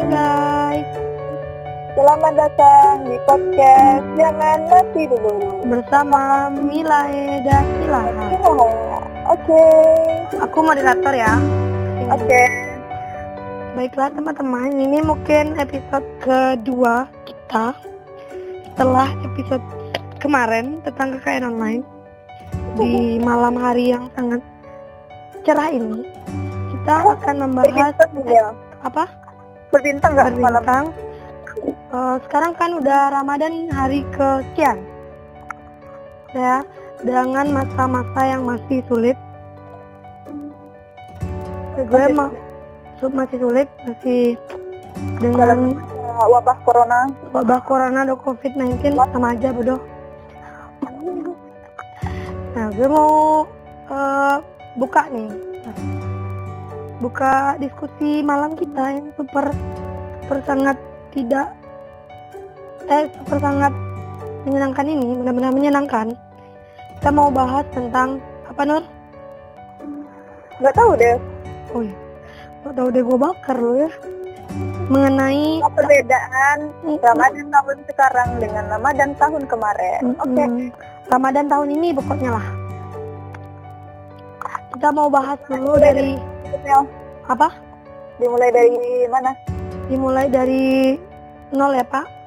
guys, Selamat datang di podcast Jangan Mati Dulu bersama Milae dan Ilaha. Oke. Aku moderator ya. Oke. Baiklah teman-teman, ini mungkin episode kedua kita setelah episode kemarin tentang kekayaan online. Di malam hari yang sangat cerah ini, kita akan membahas apa? Berbintang nggak malam? Berbintang. Sekarang kan udah Ramadan hari kesekian ya, dengan masa-masa yang masih sulit. Gue masih sulit, masih dengan wabah corona atau COVID-19 sama aja bodoh. Nah, gue mau buka diskusi malam kita yang super sangat menyenangkan ini, benar-benar menyenangkan. Kita mau bahas tentang apa, Nur? Nggak tahu deh. Oh iya, nggak tahu deh, gue bakar lo ya. Mengenai perbedaan Ramadan tahun sekarang dengan Ramadan tahun kemarin. Oke. Ramadan tahun ini pokoknya lah. Kita mau bahas dulu dari apa? Dimulai dari mana? Dimulai dari nol ya, Pak.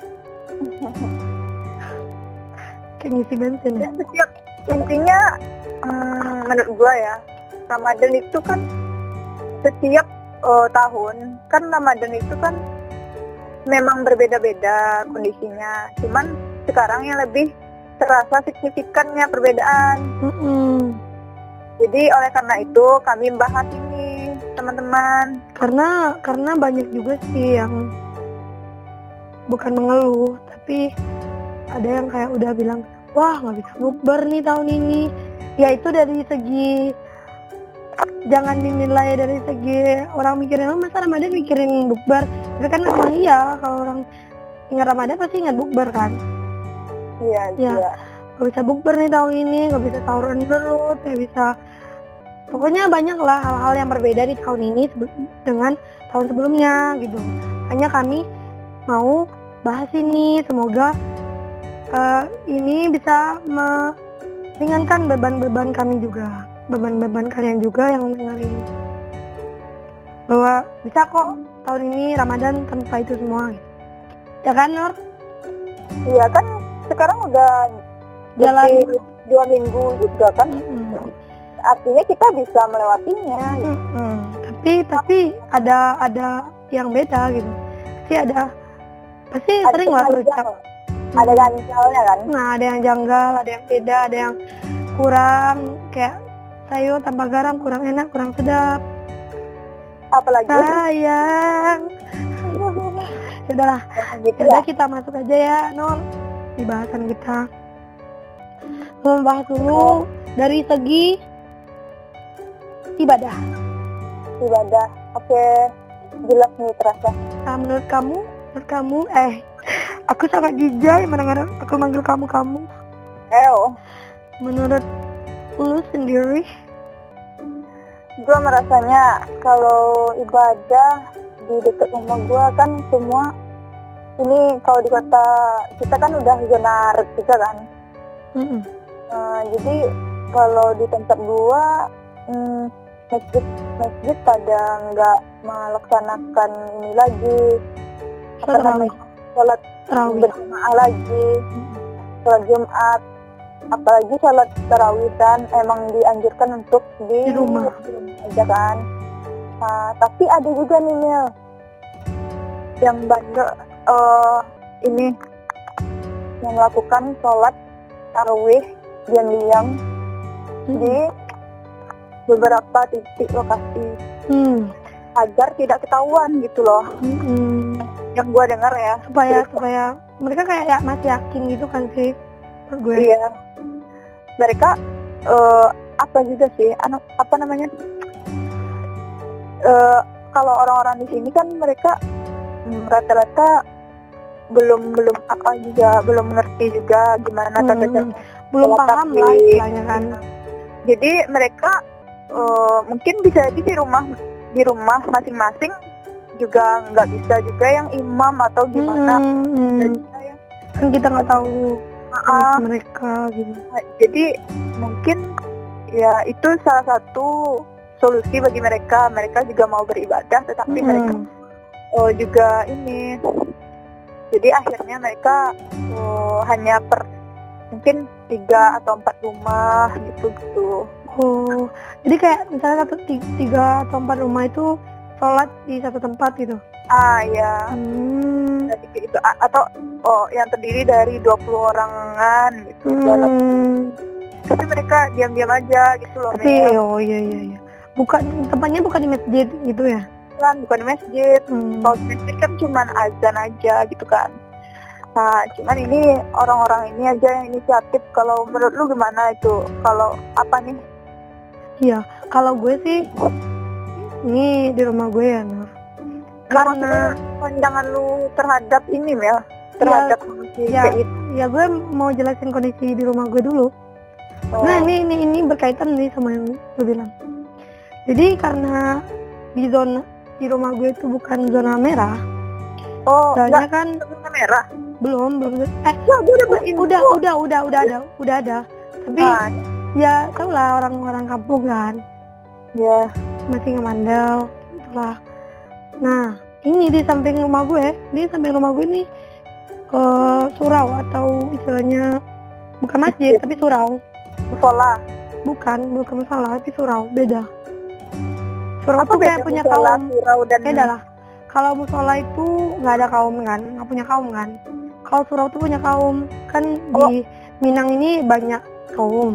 Kayak ngisi bensin ya. Intinya menurut gua ya, Ramadan itu kan setiap tahun kan Ramadan itu kan memang berbeda-beda kondisinya. Cuman sekarang yang lebih terasa signifikannya perbedaan. Jadi oleh karena itu kami bahas ini, teman-teman. Karena banyak juga sih yang bukan mengeluh, tapi ada yang kayak udah bilang, wah nggak bisa bukber nih tahun ini. Ya itu dari segi, jangan dinilai dari segi orang mikirin, oh masa Ramadan mikirin bukber. Tapi kan memang iya, kalau orang ingat Ramadan pasti ingat bukber kan. Iya. Gak bisa bukber nih tahun ini, gak bisa sahur on the road, gak bisa. Pokoknya banyak lah hal-hal yang berbeda di tahun ini dengan tahun sebelumnya gitu. Hanya kami mau bahas ini, semoga ini bisa meringankan beban-beban kami juga, beban-beban kalian juga yang dengerin, bahwa bisa kok tahun ini Ramadan tanpa itu semua gitu. Ya kan, Nur? Iya kan, sekarang udah jalan 2 minggu juga kan. Artinya kita bisa melewatinya. Tapi ada yang beda gitu. Pasti sering lah berucap. Ada ganjalnya kan? Nah, ada yang janggal, ada yang beda, ada yang kurang, kayak sayur tanpa garam kurang enak, kurang sedap. Apalagi sayang. Sudahlah, udah kita masuk aja ya, Nur, di bahasan kita. Membahas dulu dari segi ibadah. Oke, jelas nih terasa. Nah, menurut kamu, aku sangat jijai mendengar aku manggil kamu. Menurut lu sendiri? Gue merasanya kalau ibadah di dekat rumah gue kan semua ini, kalau di kota kita kan udah zona red juga kan. Jadi kalau di tempat gue masjid pada nggak melaksanakan ini lagi, sholat berjamaah lagi, sholat Jumat, apalagi sholat tarawih kan emang dianjurkan untuk di rumah aja kan. Tapi ada juga nih Mil yang bandel ini yang melakukan sholat tarawih diam-diam di beberapa titik lokasi agar tidak ketahuan gitu loh. Yang gue dengar ya, supaya mereka kayak masih yakin gitu kan sih gue. Iya, mereka apa juga sih apa namanya, kalau orang-orang di sini kan mereka rata-rata belum mengerti juga gimana tata belum paham lah istilahnya kan. Jadi mereka mungkin bisa jadi di rumah masing-masing juga nggak bisa juga yang imam atau gimana. Kan kita nggak tahu mereka gitu. Jadi mungkin ya itu salah satu solusi bagi mereka. Mereka juga mau beribadah, tetapi mereka juga ini. Jadi akhirnya mereka hanya mungkin 3 atau 4 rumah gitu. Oh, jadi kayak misalnya 3 atau 4 rumah itu sholat di satu tempat gitu? Ya. Gitu. Atau yang terdiri dari 20 orangan gitu. Tapi mereka diam-diam aja gitu loh. Tapi iya. Tempatnya bukan di masjid gitu ya? Bukan di masjid. Kalau di masjid kan cuma azan aja gitu kan. Nah, cuman ini orang-orang ini aja yang inisiatif. Kalau menurut lu gimana itu? Kalau apa nih? Iya, kalau gue sih ini di rumah gue ya, Nur. Karena pandangan lu terhadap ini Mel, terhadap kondisi kayak itu. Ya gue mau jelasin kondisi di rumah gue dulu. Nah, ini berkaitan nih sama yang gue bilang. Jadi karena di rumah gue itu bukan zona merah. Soalnya kan zona merah. Belum. Udah ada. Tapi ya tau lah orang-orang kampung kan. Ya. Masih ngemandel itulah. Nah, ini di samping rumah gue ini surau atau istilahnya bukan masjid tapi surau. Musola. Bukan musola tapi surau, beda. Surau tuh kayak punya kaum. Beda lah. Kalau musola itu nggak ada kaum kan, nggak punya kaum kan. Kalau surau tuh punya kaum. Kan di Minang ini banyak kaum.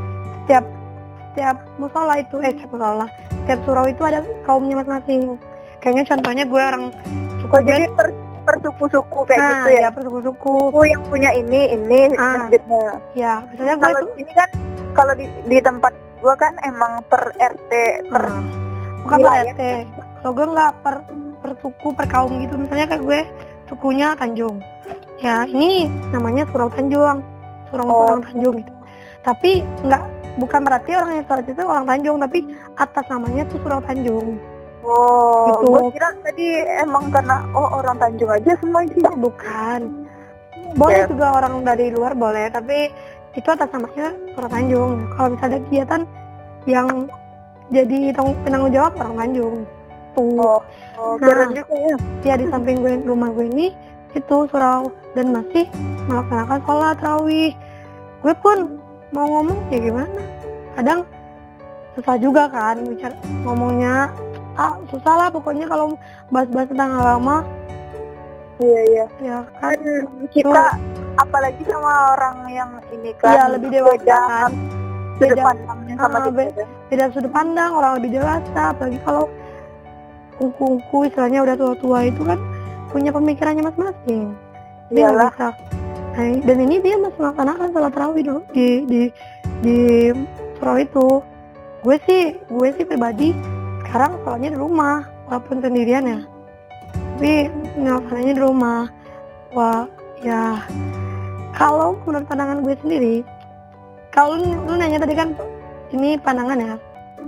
Setiap musola itu setiap surau itu ada kaumnya masing-masing. Kayaknya contohnya gue orang suku jadi persuku-suku kayak gitu ya. Ya persuku-suku. Yang punya ini masjidnya. Ya, misalnya gue kalau ini kan kalau di tempat gue kan emang per RT bukan per RT. Kalau gue nggak per suku, per kaum gitu. Misalnya kayak gue sukunya Tanjung. Ya, ini namanya Surau Tanjung. Surau Tanjung gitu. Tapi bukan berarti orang yang sholat itu orang Tanjung, tapi atas namanya tuh Surau Tanjung. Gitu. Gue kira tadi emang karena orang Tanjung aja semua isinya. Bukan. Boleh juga orang dari luar boleh, tapi itu atas namanya Surau Tanjung. Kalau misalnya ada kegiatan yang jadi penanggung jawab orang Tanjung. Tuh. Keren juga ya. Ya di samping rumah gue ini itu surau dan masih melaksanakan sholat tarawih. Gue pun mau ngomong ya gimana? Kadang susah juga kan ngomongnya. Susah lah pokoknya kalau bahas-bahas tentang agama. Iya. Ya kan kita apalagi sama orang yang ini kan. Iya, lebih dewasa kan. Sudut pandangnya sama kita. Beda sudut pandang, orang lebih dewasa. Apalagi kalau ungku-ungku istilahnya udah tua-tua itu kan punya pemikirannya masing-masing. Dia nggak bisa. Nah, dan ini dia masih melaksanakan sholat tarawih dulu di surau itu. Gue sih pribadi sekarang sholatnya di rumah walaupun sendirian ya. Tapi ngelaksanainnya di rumah. Wah, ya kalau menurut pandangan gue sendiri, kalau lu nanya tadi kan ini pandangan ya.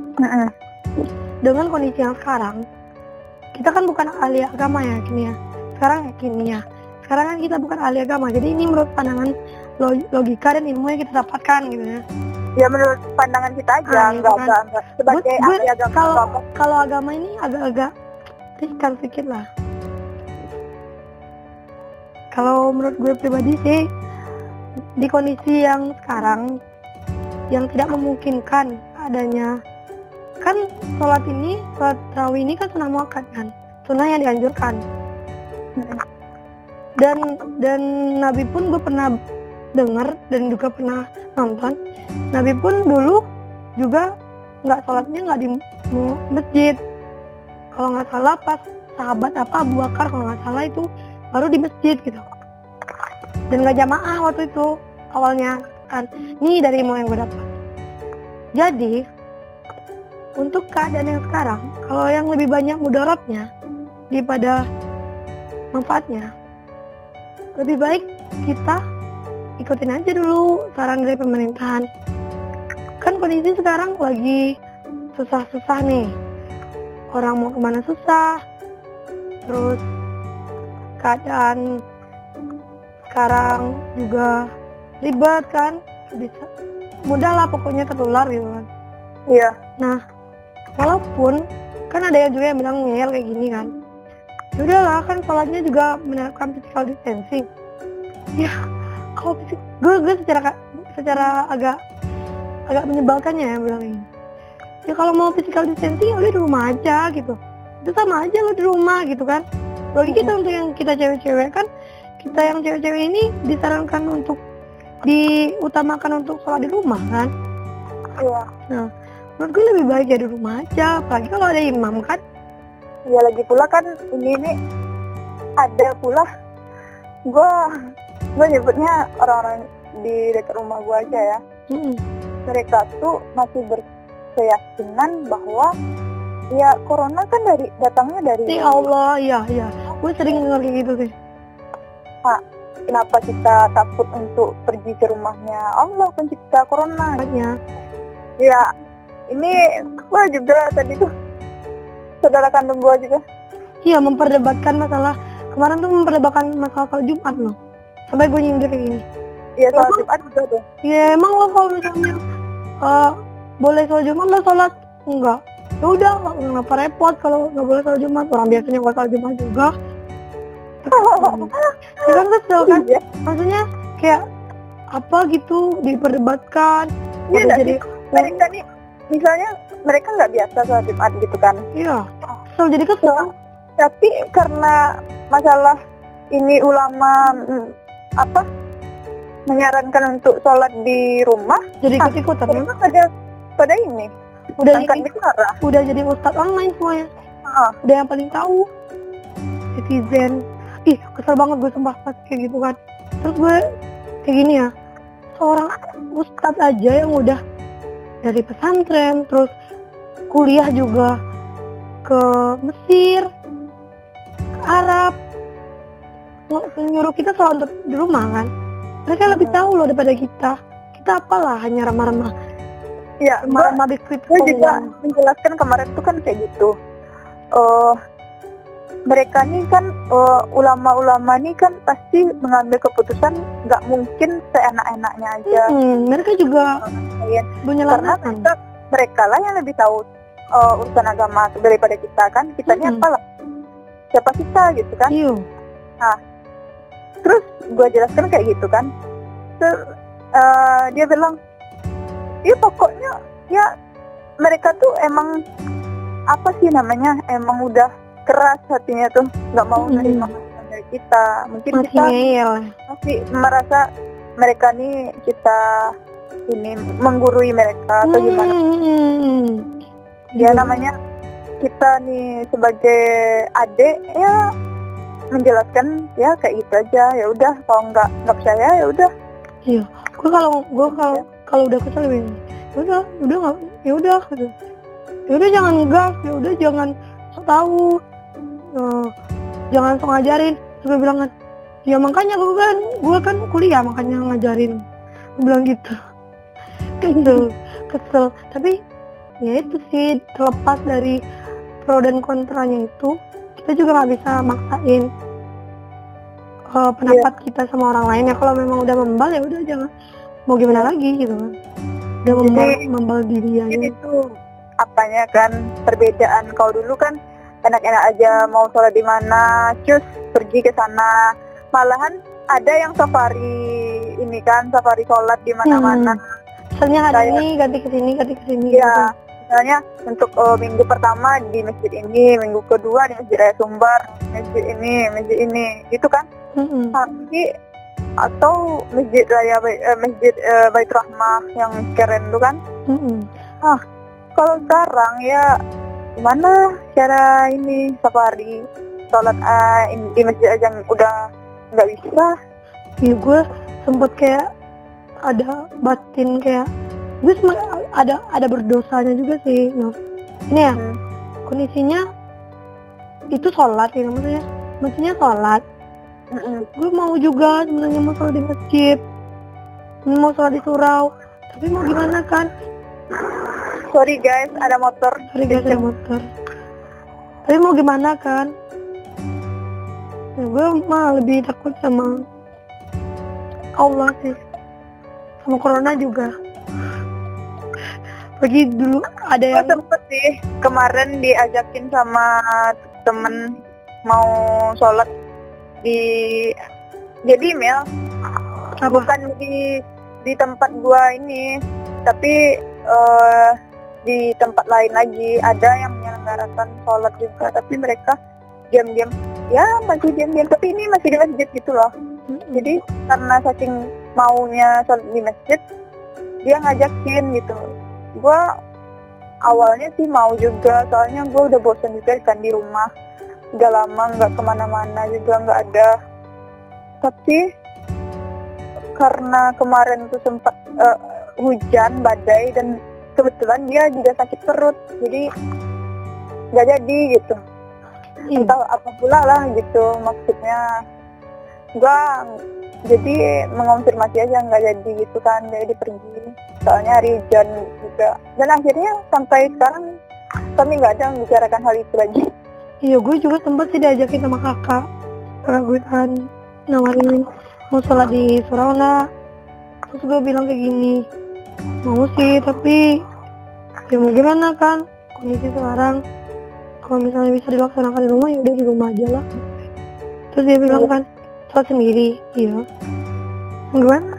Dengan kondisi yang sekarang, kita kan bukan ahli agama ya kini ya. Sekarang kan kita bukan ahli agama. Jadi ini menurut pandangan logika dan ilmu yang kita dapatkan gitu ya. Ya menurut pandangan kita aja, enggak sebagai ahli agama. Kalau agama ini agak-agak riskan sedikit lah. Kalau menurut gue pribadi sih, di kondisi yang sekarang yang tidak memungkinkan adanya, kan sholat tarawih ini kan sunnah muakkad kan, sunnah yang dianjurkan. Dan Nabi pun gue pernah dengar dan juga pernah nonton, Nabi pun dulu juga sholatnya nggak di masjid. Kalau nggak salah pas sahabat Abu Bakar kalau nggak salah itu baru di masjid gitu. Dan nggak jamaah waktu itu awalnya kan. Ini dari ilmu yang gue dapat. Jadi untuk keadaan yang sekarang, kalau yang lebih banyak mudaratnya daripada manfaatnya, lebih baik kita ikutin aja dulu saran dari pemerintahan. Kan kondisi sekarang lagi susah-susah nih. Orang mau kemana susah, terus keadaan sekarang juga ribet kan, bisa mudah lah pokoknya tertular gitu kan. Iya. Nah, walaupun kan ada yang juga yang bilang ngeyel kayak gini kan, ya udahlah kan sholatnya juga menerapkan physical distancing. Ya, kalau gue secara agak menyebalkannya ya bilang ini. Ya kalau mau physical distancing ya udah di rumah aja gitu. Itu sama aja lo di rumah gitu kan. Bagi kita untuk yang kita cewek-cewek kan, kita yang cewek-cewek ini disarankan untuk diutamakan untuk sholat di rumah kan. Iya. Nah, menurut gue lebih baik ya di rumah aja, apalagi kalau ada imam kan. Ya lagi pula kan ini ada pula gue nyebutnya orang-orang di dekat rumah gue aja ya. Mereka tuh masih berkeyakinan bahwa ya corona kan datangnya dari Ya Allah, iya. Gue sering dengar kayak gitu sih. Pak, kenapa kita takut untuk pergi ke rumahnya Allah pencipta corona? Ya, ini gue juga tadi tuh saudara kandung gue juga. Iya, memperdebatkan masalah kemarin tuh memperdebatkan masalah sholat Jumat loh. Sampai gue nyindir kayak gini. Iya, sholat Jumat juga tuh. Ya emang lo kalau misalnya boleh sholat Jumat lo sholat enggak? Ya udah, kenapa repot kalau nggak boleh sholat Jumat? Orang biasanya nggak sholat Jumat juga. Ya kan kesel kan? Maksudnya kayak apa gitu diperdebatkan. Iya, jadi mereka nih misalnya mereka nggak biasa sholat Jumat gitu kan. Iya, kesel, jadi kesel. Tapi karena masalah ini ulama menyarankan untuk sholat di rumah, jadi ikut-ikutan ya? Memang pada ini udah jadi ustadz online semuanya. Udah yang paling tahu netizen. Ih, kesel banget gue sumpah pas kayak gitu kan. Terus gue kayak gini ya, seorang ustadz aja yang udah dari pesantren terus kuliah juga ke Mesir, ke Arab, nyuruh kita sholat di rumah kan. Mereka lebih tahu loh daripada kita. Kita apalah hanya remah-remah. Ya, remah-remah biskuit. Gue juga menjelaskan kemarin tuh kan kayak gitu. Mereka nih kan ulama-ulama nih kan pasti mengambil keputusan nggak mungkin seenak-enaknya aja. Mereka juga punya landasan. Karena mereka lah yang lebih tahu urusan agama daripada kita kan. Kitanya apalah, siapa kita gitu kan. Iya. Nah, terus gue jelaskan kayak gitu kan. Dia bilang, ya pokoknya ya mereka tuh emang apa sih namanya, emang udah keras hatinya tuh, nggak mau nerima masukan dari kita. Mungkin masih kita masih merasa mereka nih kita ini menggurui mereka atau gimana. Ya namanya kita nih sebagai adik ya menjelaskan ya kayak gitu aja. Ya udah, kalau nggak percaya ya udah. Iya, gue kalau udah kesel ini, udah nggak, ya udah jangan gas, ya udah jangan sok tahu, jangan sok ngajarin. Terus gue bilang kan, ya makanya gue kan kuliah makanya ngajarin. Gue bilang gitu. Kesel. Tapi ya itu sih, terlepas dari pro dan kontranya itu, kita juga nggak bisa maksain pendapat kita sama orang lain ya. Kalau memang udah membal ya udah, jangan, mau gimana lagi gitu kan. Udah membal diri aja. Itu apanya kan perbedaan. Kalau dulu kan enak-enak aja mau sholat di mana, cus pergi ke sana. Malahan ada yang safari ini kan, safari sholat di mana-mana. Misalnya hari ini ganti ke sini ya, gitu. Misalnya untuk minggu pertama di masjid ini, minggu kedua di Masjid Raya Sumbar, masjid ini gitu kan. Tapi atau masjid Baitur Rahmah yang keren tuh kan. Kalau sekarang ya gimana cara ini safari sholat di masjid aja udah nggak bisa. Ya gue sempet kayak ada batin kayak gue ada berdosanya juga sih, Nov. Ini ya kondisinya itu sholat ya, maksudnya sholat. Gue mau juga sebenarnya mau sholat di masjid, mau sholat di surau, tapi mau gimana kan. Sorry guys, ada motor. Tapi mau gimana kan, Ya, gue mah lebih takut sama Allah sih, sama corona juga. Bagi dulu ada Gue yang sempet sih kemarin diajakin sama temen mau sholat di jadi email, apa? bukan di tempat gua ini, tapi di tempat lain lagi ada yang menyelenggarakan sholat juga, tapi mereka diam-diam, ya masih diam-diam, tapi ini masih di masjid gitu loh. Jadi karena saking maunya sholat di masjid, dia ngajakin gitu. Gua awalnya sih mau juga, soalnya gue udah bosan juga kan di rumah, udah lama nggak kemana-mana juga, nggak ada. Tapi karena kemarin tuh sempat hujan badai dan kebetulan dia juga sakit perut, jadi nggak jadi gitu. Entah apa pula lah gitu, maksudnya gua jadi mengonfirmasi aja nggak jadi gitu kan, jadi pergi soalnya hari hujan juga. Dan akhirnya sampai sekarang kami nggak ada membicarakan hal itu lagi. Iya, gue juga sempat sih diajakin sama kakak gue kan nawarin mau sholat di Surau. Terus gue bilang kayak gini, mau sih tapi ya mau gimana kan kondisi sekarang, kalau misalnya bisa dilaksanakan di rumah ya udah di rumah aja lah. Terus dia bilang kan sholat sendiri. Iya, gimana,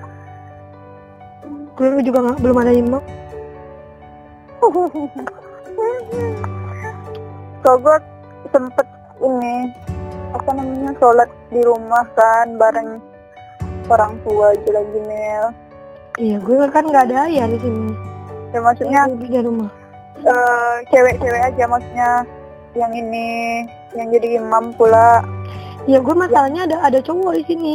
gue juga belum ada imam. So gue sempet ini apa namanya sholat di rumah kan bareng orang tua aja lagi Mel. Iya, gue kan nggak ada ayah di sini. Ya maksudnya di rumah. Cewek-cewek aja, maksudnya yang ini yang jadi imam pula. Iya, gue masalahnya ada cowok di sini.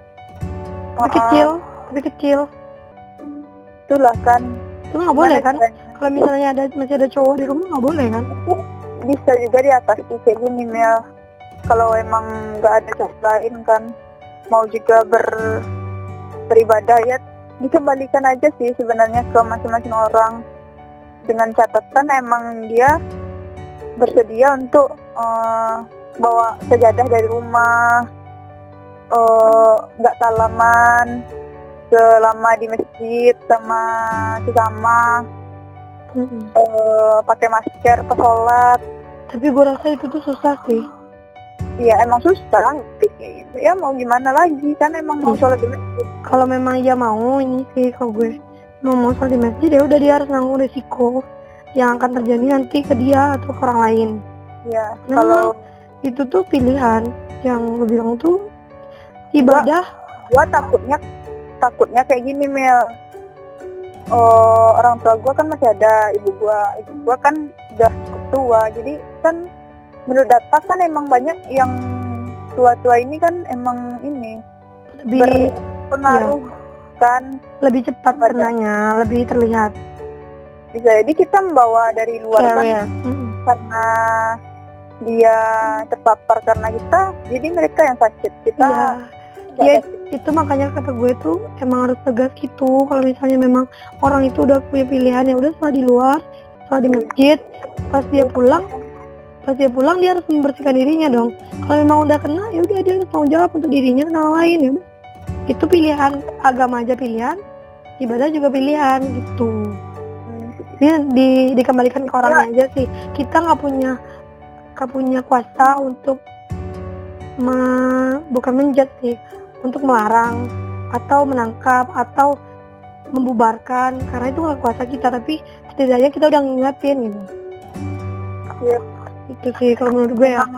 Tapi kecil. Itulah kan. Itu nggak boleh kan? Kalau misalnya masih ada cowok di rumah nggak boleh kan? Bisa juga di atas kayak gini Mel. Kalau emang nggak ada cowok lain kan, mau juga beribadah ya dikembalikan aja sih sebenarnya ke masing-masing orang, dengan catatan emang dia bersedia untuk bawa sejadah dari rumah, nggak salaman selama di masjid sama sesama, pakai masker ke sholat. Tapi gue rasa itu tuh susah sih. Iya emang susah, ya mau gimana lagi kan, emang mau sholat di masjid. Kalau memang dia mau ini sih, kalau gue mau sholat di masjid ya udah dia harus nanggung resiko yang akan terjadi nanti ke dia atau ke orang lain. Ya kalau itu tuh pilihan yang gue bilang tuh ibadah. Gua takutnya kayak gini Mel. Orang tua gue kan masih ada, ibu gue kan udah cukup tua, jadi kan menurut data kan emang banyak yang tua-tua ini kan emang ini lebih berpengaruh kan, lebih cepat kenanya, lebih terlihat. Bisa jadi kita membawa dari luar kan, karena dia terpapar karena kita, jadi mereka yang sakit, kita ya itu makanya kata gue tuh emang harus tegas gitu. Kalau misalnya memang orang itu udah punya pilihan, ya udah sholat di luar, sholat di masjid, pas dia pulang dia harus membersihkan dirinya dong. Kalau memang udah kena ya udah dia harus tanggung jawab untuk dirinya dan orang lain. Ya udah, itu pilihan agama aja pilihan, ibadah juga pilihan gitu. Ini dikembalikan ke orangnya aja sih. Kita nggak punya kuasa untuk bukan menjat sih, untuk melarang atau menangkap atau membubarkan, karena itu nggak kuasa kita, tapi setidaknya kita udah ngingetin gitu. Iya. Itu sih kalau menurut gue ya.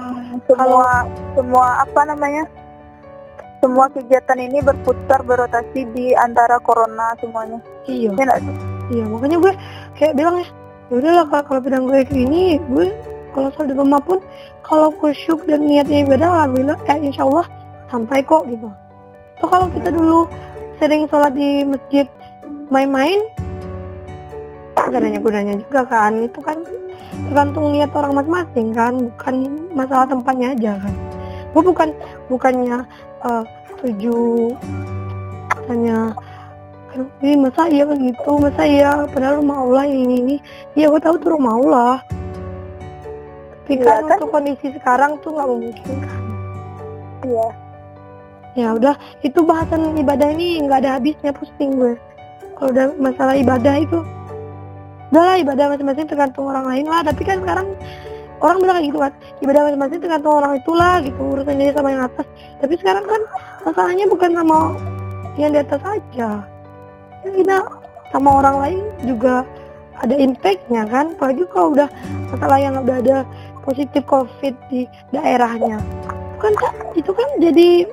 Semua kegiatan ini berotasi di antara corona semuanya. Iya. Iya, makanya gue kayak bilang ya udahlah kalau bidang gue kayak gini, gue kalau sholat di rumah pun kalau khusyuk dan niatnya ibadah, alhamdulillah insya Allah sampai kok gitu. Tuh kalau kita dulu sering sholat di masjid main-main, gak ada gunanya juga kan. Itu kan tergantung niat orang masing-masing kan, bukan masalah tempatnya aja kan. Gue bukannya setuju hanya ini masa iya gitu, masa iya padahal rumah Allah ini. Iya gue tahu tuh rumah Allah, tapi kan untuk kondisi sekarang tuh nggak memungkinkan. Iya. Ya udah, itu bahasan ibadah ini nggak ada habisnya, pusing gue. Kalau udah masalah ibadah itu, udahlah ibadah masing-masing tergantung orang lain lah. Tapi kan sekarang orang bilang kayak gitu kan, ibadah masing-masing tergantung orang itulah gitu, urusan dia sama yang atas. Tapi sekarang kan masalahnya bukan sama yang di atas aja, ya kita sama orang lain juga ada impactnya kan. Apalagi kalau udah masalah yang udah ada positif COVID di daerahnya, itu kan jadi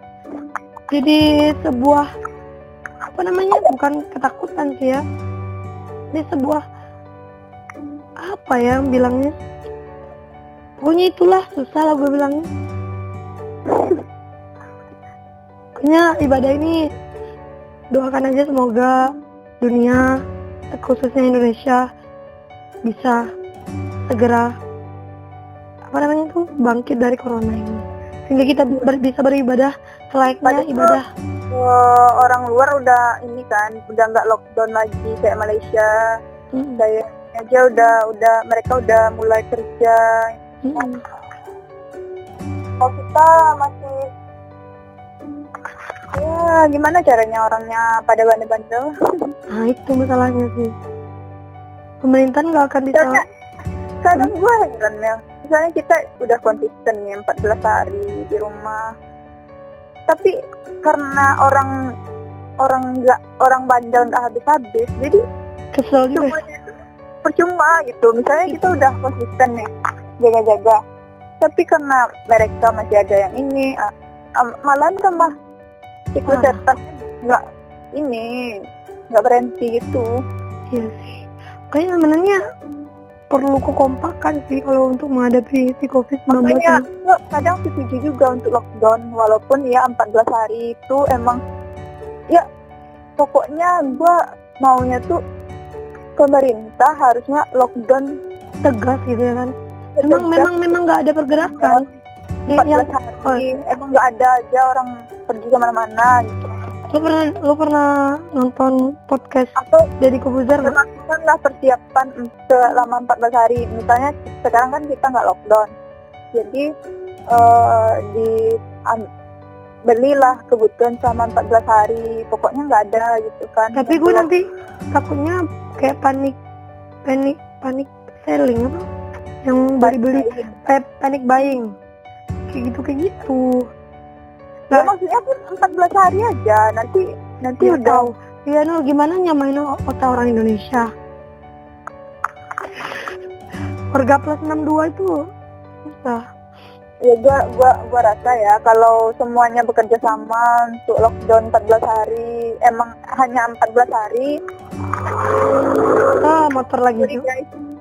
sebuah apa namanya, bukan ketakutan sih ya, ini sebuah apa ya bilangnya, pokoknya itulah susah lah gue bilangnya. Pokoknya ibadah ini doakan aja semoga dunia, khususnya Indonesia, bisa segera apa namanya tuh bangkit dari corona ini, sehingga kita bisa beribadah selayaknya ibadah. Orang luar udah ini kan, udah nggak lockdown lagi kayak Malaysia. Kayak aja udah mereka udah mulai kerja. Kalau kita masih ya gimana caranya orangnya pada bandel-bandel. Nah itu masalahnya sih, pemerintah nggak akan bisa. Kadang gue heran ya, misalnya kita udah konsisten nih 14 hari di rumah, tapi karena orang bandel nggak habis-habis, jadi kesel juga. Percuma gitu. Misalnya kita udah konsisten nih jaga-jaga, tapi karena mereka masih ada yang ini, malahan tambah ikut setan, nggak berhenti gitu. Iya sih, kayaknya sebenarnya perlu kekompakan sih kalau untuk menghadapi si COVID-19. Makanya kadang setuju juga untuk lockdown, walaupun ya 14 hari itu emang ya pokoknya gua maunya tuh pemerintah harusnya lockdown tegas gitu ya kan. Memang nggak ada pergerakan. 14 hari emang nggak ada aja orang pergi kemana-mana gitu. Lo pernah nonton podcast atau Deddy Corbuzier nggak? Lakukanlah persiapan selama 14 hari. Misalnya sekarang kan kita nggak lockdown, jadi belilah kebutuhan selama 14 hari. Pokoknya nggak ada gitu kan. Tapi gue nanti takutnya kayak panik selling apa? Yang beli panic buying kayak gitu. Ya maksudnya pun 14 hari aja, nanti ya, udah. Iya Nur, gimana nyamain otak orang Indonesia? Warga plus 62 itu susah. Ya gua rasa ya kalau semuanya bekerja sama untuk lockdown 14 hari, emang hanya 14 hari. Motor lagi tuh.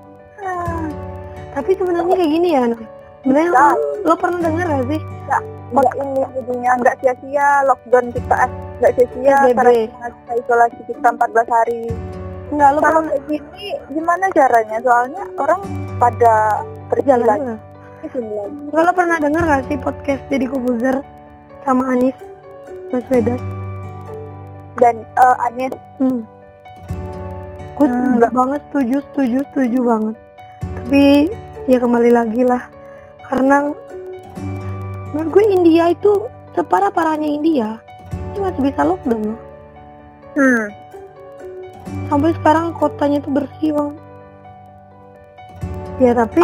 Tapi sebenarnya kayak gini ya Nur. Sebenarnya lo pernah dengar gak sih? Nggak ini jadinya nggak sia-sia lockdown kita, nggak sia-sia karena kita isolasi kita 14 hari. Enggak, lo kalau kayak gini gimana caranya, soalnya orang pada perjalanan. Enggak, lo pernah dengar gak sih podcast Deddy Corbuzier sama Anies Baswedan dan Anies? Gue banget setuju banget. Tapi ya kembali lagi lah, karena menurut gue India itu separah-parahnya India itu masih bisa lockdown loh. Sampai sekarang kotanya tuh bersih bang. Ya tapi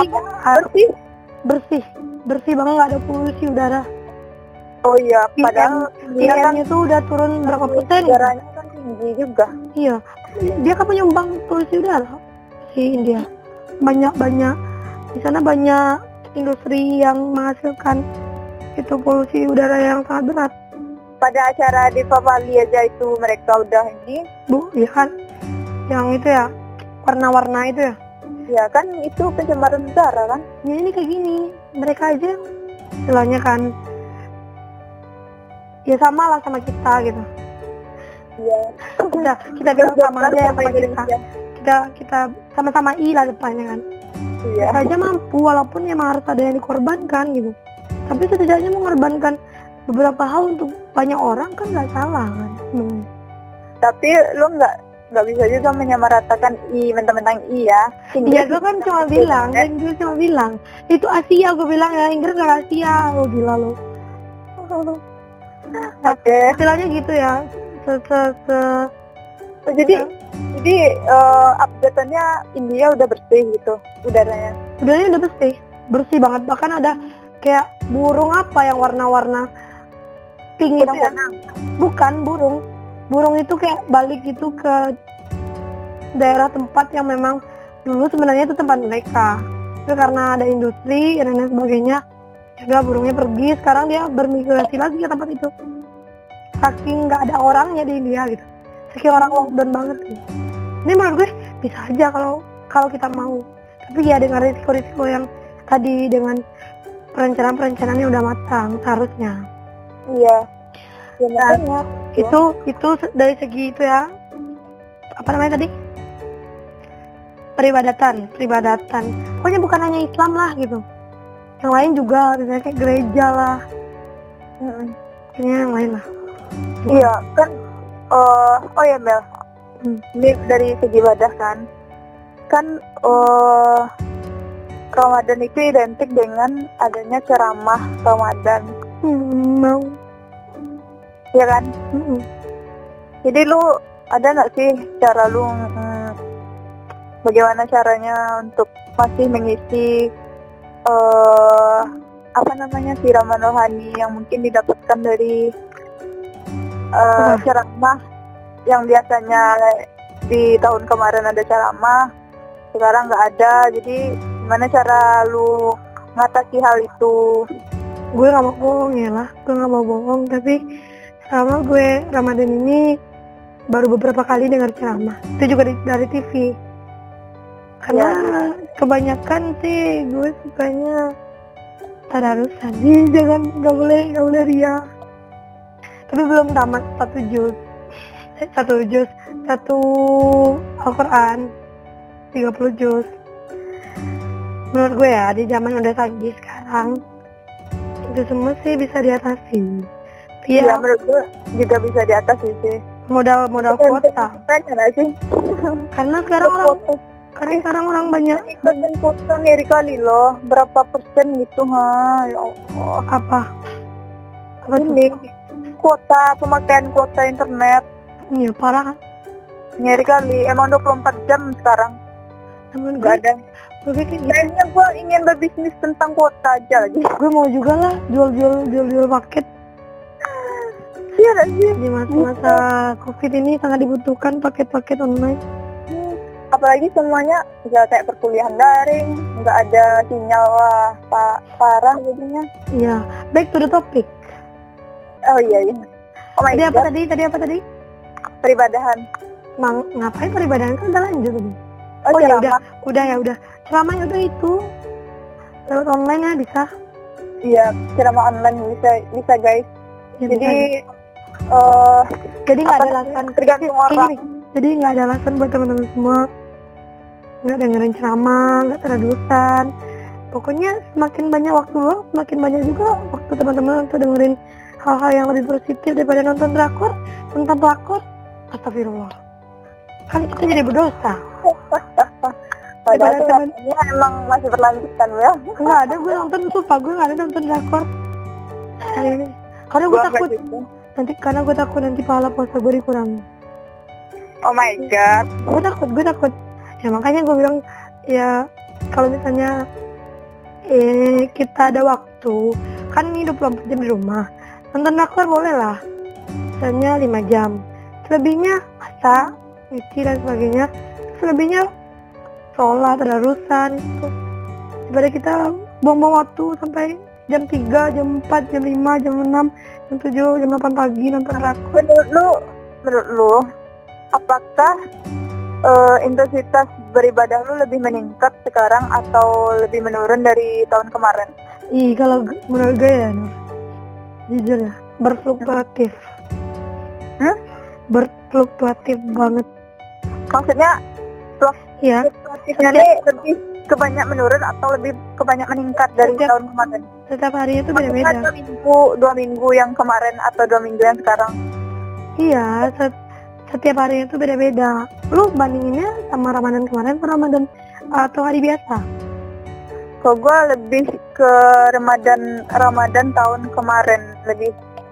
bersih banget, nggak ada polusi udara. Oh iya, padahal PM-nya tuh udah turun berapa persen? Udaranya kan tinggi juga. Iya, dia kan penyumbang polusi udara si India. Banyak di sana banyak industri yang menghasilkan itu polusi udara yang sangat berat. Pada acara di Papali aja itu mereka udah ini. Ya kan, yang itu ya warna-warna itu ya. Ya kan itu pencemaran udara kan. Ya ini kayak gini, mereka aja istilahnya kan ya sama lah sama kita gitu. Iya. Kita bilang sama aja ya sama kita. Kita sama-sama lah depannya kan. Iya. Kita aja mampu, walaupun emang harus ada yang dikorbankan gitu. Tapi setidaknya mengorbankan beberapa hal untuk banyak orang kan nggak salah kan. Tapi lo nggak bisa juga menyamaratakan mentang-mentang ya. Iya, gue kan cuma bilang itu Asia, gue bilang ya, Inggris nggak Asia. Oh gila lo. Oke. Istilahnya gitu ya. Jadi update-nya India udah bersih gitu udaranya. Udaranya udah bersih banget. Bahkan ada kayak burung apa yang warna-warna pink itu ya. Bukan burung itu kayak balik gitu ke daerah tempat yang memang dulu sebenarnya itu tempat mereka. Tapi karena ada industri dan lain sebagainya, juga burungnya pergi. Sekarang dia bermigrasi lagi ke tempat itu. Saking nggak ada orangnya di India gitu. Saking orang lockdown banget gitu. Ini menurut gue bisa aja kalau kita mau. Tapi ya dengan risiko-risiko yang tadi, dengan perencanaan yang udah matang seharusnya. Iya. Ya, makanya itu dari segi itu ya. Apa namanya tadi? Peribadatan. Pokoknya bukan hanya Islam lah gitu. Yang lain juga, misalnya kayak gereja lah. Kayaknya yang lain lah. Iya kan. Oh ya Mel. Ini dari segi ibadah kan Ramadan itu identik dengan adanya ceramah Ramadan. Mau. Iya kan? Jadi lu ada nggak sih cara lu bagaimana caranya untuk masih mengisi siraman rohani yang mungkin didapatkan dari ceramah yang biasanya di tahun kemarin ada ceramah, sekarang nggak ada. Jadi gimana cara lu ngatasi hal itu? Gue nggak mau bohong ya lah, gue nggak mau bohong. Tapi selama gue Ramadan ini baru beberapa kali dengar ceramah, itu juga dari TV. Karena kebanyakan sih gue sukanya tadarusan. Jangan, nggak boleh ria. Tapi belum tamat satu Al-Quran 30 juz. Menurut gue ya, di zaman udah canggih sekarang, itu semua sih bisa diatasi. Iya, menurut gue juga bisa diatasi sih. Modal kuota. Sih? Karena sekarang orang banyak. Dan kuota ngeri kali loh. Berapa persen gitu ya Allah. Apa ini? Kuota, pemakaian kuota internet. Iya, parah. Ngeri kali. Emang 24 jam sekarang. Namun gak ada. Kayaknya gue ingin berbisnis tentang kuota aja lagi. Gue mau juga lah jual paket. Iya gak sih? Di masa COVID ini sangat dibutuhkan paket-paket online. Apalagi semuanya udah kayak perkuliahan daring, nggak ada sinyal lah, parah jadinya. Iya, back to the topic. Oh iya. Oh my God. Tadi apa tadi? Peribadahan. Ngapain peribadahan, kan udah lanjut tadi. Oh ya udah. Ceramahnya udah itu. Lewat online ya bisa. Iya, ceramah online bisa guys. Ya, jadi nggak ada alasan. Tergantung orang. Jadi nggak ada alasan buat teman-teman semua nggak dengerin ceramah, nggak tadarusan. Pokoknya semakin banyak waktu luang, semakin banyak juga waktu teman-teman untuk dengerin hal-hal yang lebih positif daripada nonton drakor, nonton pelakor. Astagfirullah, kan kita jadi berdosa. Padahal temennya emang masih berlanjut kan ya? Nggak ada, gue nonton, sumpah gue nggak ada nonton drakor hari ini. Karena gue takut nanti pahala puasa gue dikurangi. Oh my God. Gue takut. Ya makanya gue bilang ya kalau misalnya kita ada waktu, kan ini 24 jam di rumah, nonton drakor boleh lah, misalnya 5 jam. Selebihnya masak, nyuci dan sebagainya. Selebihnya sholat, tadarusan gitu. Daripada kita buang-buang waktu sampai jam 3, jam 4, jam 5, jam 6, jam 7, jam 8 pagi nonton drakor. Menurut lu apakah intensitas beribadah lu lebih meningkat sekarang atau lebih menurun dari tahun kemarin? Kalau menurut gue ya, jujur ya, berfluktuatif. Berfluktuatif banget. Maksudnya fluktuatifnya ini lebih kebanyak menurun atau lebih kebanyak meningkat dari tahun kemarin? Setiap harinya itu beda-beda. 2 minggu yang kemarin atau 2 minggu yang sekarang? Iya, setiap harinya itu beda-beda. Lu bandinginnya sama Ramadan kemarin atau Ramadan atau hari biasa? Kalau gue lebih ke Ramadan tahun kemarin lebih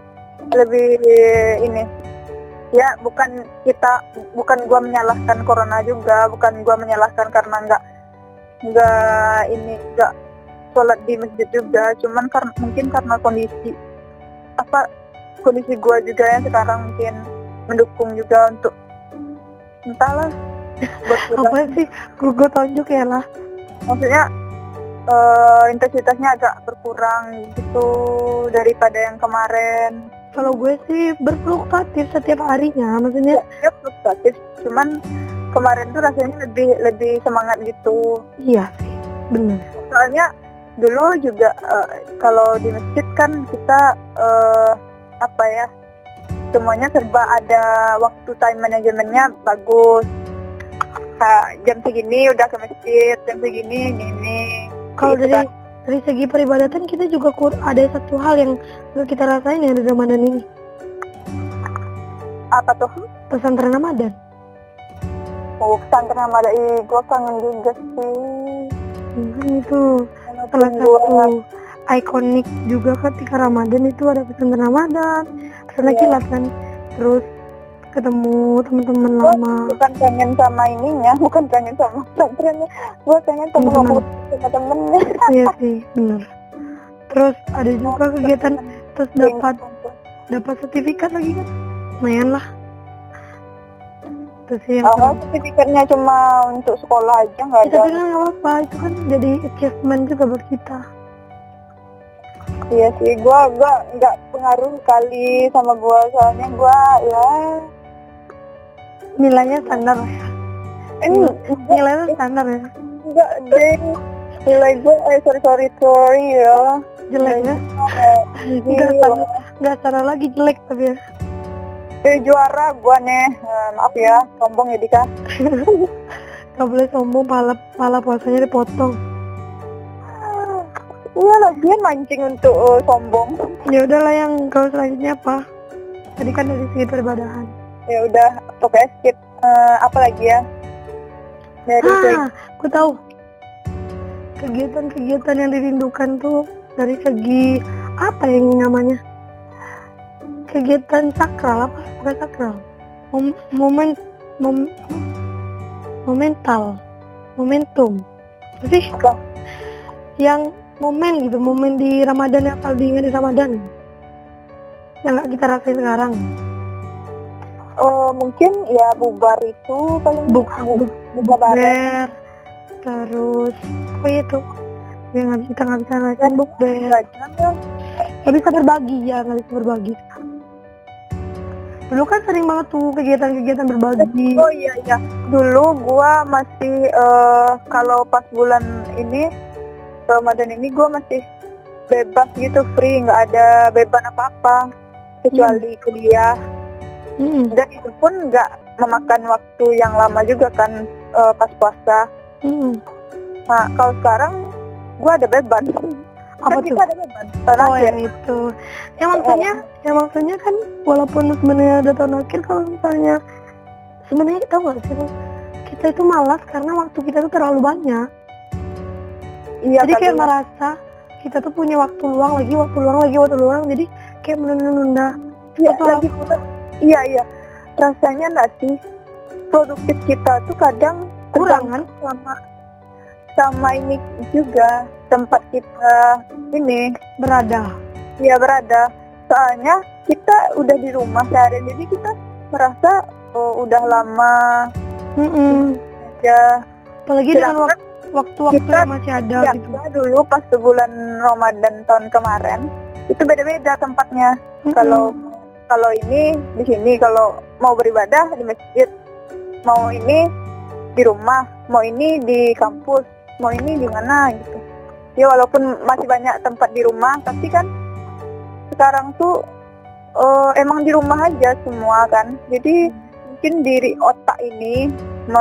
ini. Ya bukan gue menyalahkan corona juga, bukan gue menyalahkan karena nggak sholat di masjid juga, cuman mungkin karena kondisi gue juga yang sekarang mungkin mendukung juga untuk entahlah Apa sih? Gue tunjuk ya lah. maksudnya intensitasnya agak berkurang gitu daripada yang kemarin. Kalau gue sih berfluktuatif setiap harinya, maksudnya Ya fluktuatif, cuman kemarin tuh rasanya lebih semangat gitu. iya sih, bener. Soalnya dulu juga kalau di masjid kan kita semuanya serba ada waktu time manajemennya bagus. Jam segini udah ke masjid, jam segini ini. Kalau Gitu kan. dari segi peribadatan kita juga ada satu hal yang kita rasain yang di Ramadan ini, Apa tuh? pesantren Ramadan. Pesantren Ramadan, gue kangen juga sih. Kan itu salah satu ikonik juga ketika Ramadan itu ada pesantren Ramadan, pesantren kilat kan, terus ketemu teman-teman lama. Bukan kangen sama ininya, bukan kangen sama pesantrennya, gue kangen sama ngobrol sama temennya. Iya sih, bener. Terus ada juga kegiatan, terus dapat sertifikat lagi kan, lumayan lah. Terus yang Sertifikatnya cuma untuk sekolah aja, nggak ada. tapi kan nggak apa-apa, itu kan jadi achievement juga buat kita. Iya sih, gue nggak pengaruh kali sama gue, soalnya gue ya Nilainya standar lah ya. Nilainya standar ya. enggak deh, nilai gue sorry ya. Jeleknya nggak standar lagi, jelek tapi ya. Juara gue nih, maaf ya, sombong ya Dika. Gak boleh sombong, pala puasanya dipotong. Iya, lagian mancing untuk sombong. Ya udahlah, yang kalau selanjutnya apa? Tadi kan dari segi peribadahan. Ya udah, pokoknya skip. Apa lagi ya? Aku tahu. Kegiatan-kegiatan yang dirindukan tuh dari segi apa yang namanya? Kegiatan sakral apa? Bukan sakral. Momentum. Sih? Apa? Yang momen gitu, momen di Ramadan yang paling diingat di Ramadan. Yang nggak kita rasain sekarang. Mungkin ya bubar itu paling Bukber, terus apa itu yang kita nggak bisa ngerasain bukber, nggak bisa berbagi. Dulu kan sering banget tuh kegiatan berbagi. Oh iya, dulu gua masih kalau pas bulan ini Ramadan ini gua masih bebas gitu, free, nggak ada beban apa-apa kecuali kuliah. Dan itu pun nggak memakan waktu yang lama juga kan pas puasa. Nah kalau sekarang gue ada beban. Apa kan tuh? Kita ada beban. Yang itu. Yang maksudnya kan walaupun sebenarnya udah tahun akhir, kalau misalnya sebenarnya tahu nggak sih, kita itu malas karena waktu kita tuh terlalu banyak. Iya. Jadi kayak merasa kita tuh punya waktu luang lagi. Jadi kayak menunda-nunda. Iya. Rasanya nggak sih produktif kita tuh kadang kurang kan? Sama ini juga tempat kita ini berada. Iya berada. Soalnya kita udah di rumah seharian, jadi kita merasa udah lama. Ya. Apalagi dengan waktu-waktu yang masih ada gitu. Dulu pas bulan Ramadan tahun kemarin itu beda-beda tempatnya. Kalau ini di sini, kalau mau beribadah di masjid, mau ini di rumah, mau ini di kampus, mau ini di mana gitu. Ya walaupun masih banyak tempat di rumah, tapi kan sekarang tuh emang di rumah aja semua kan. Jadi mungkin diri otak ini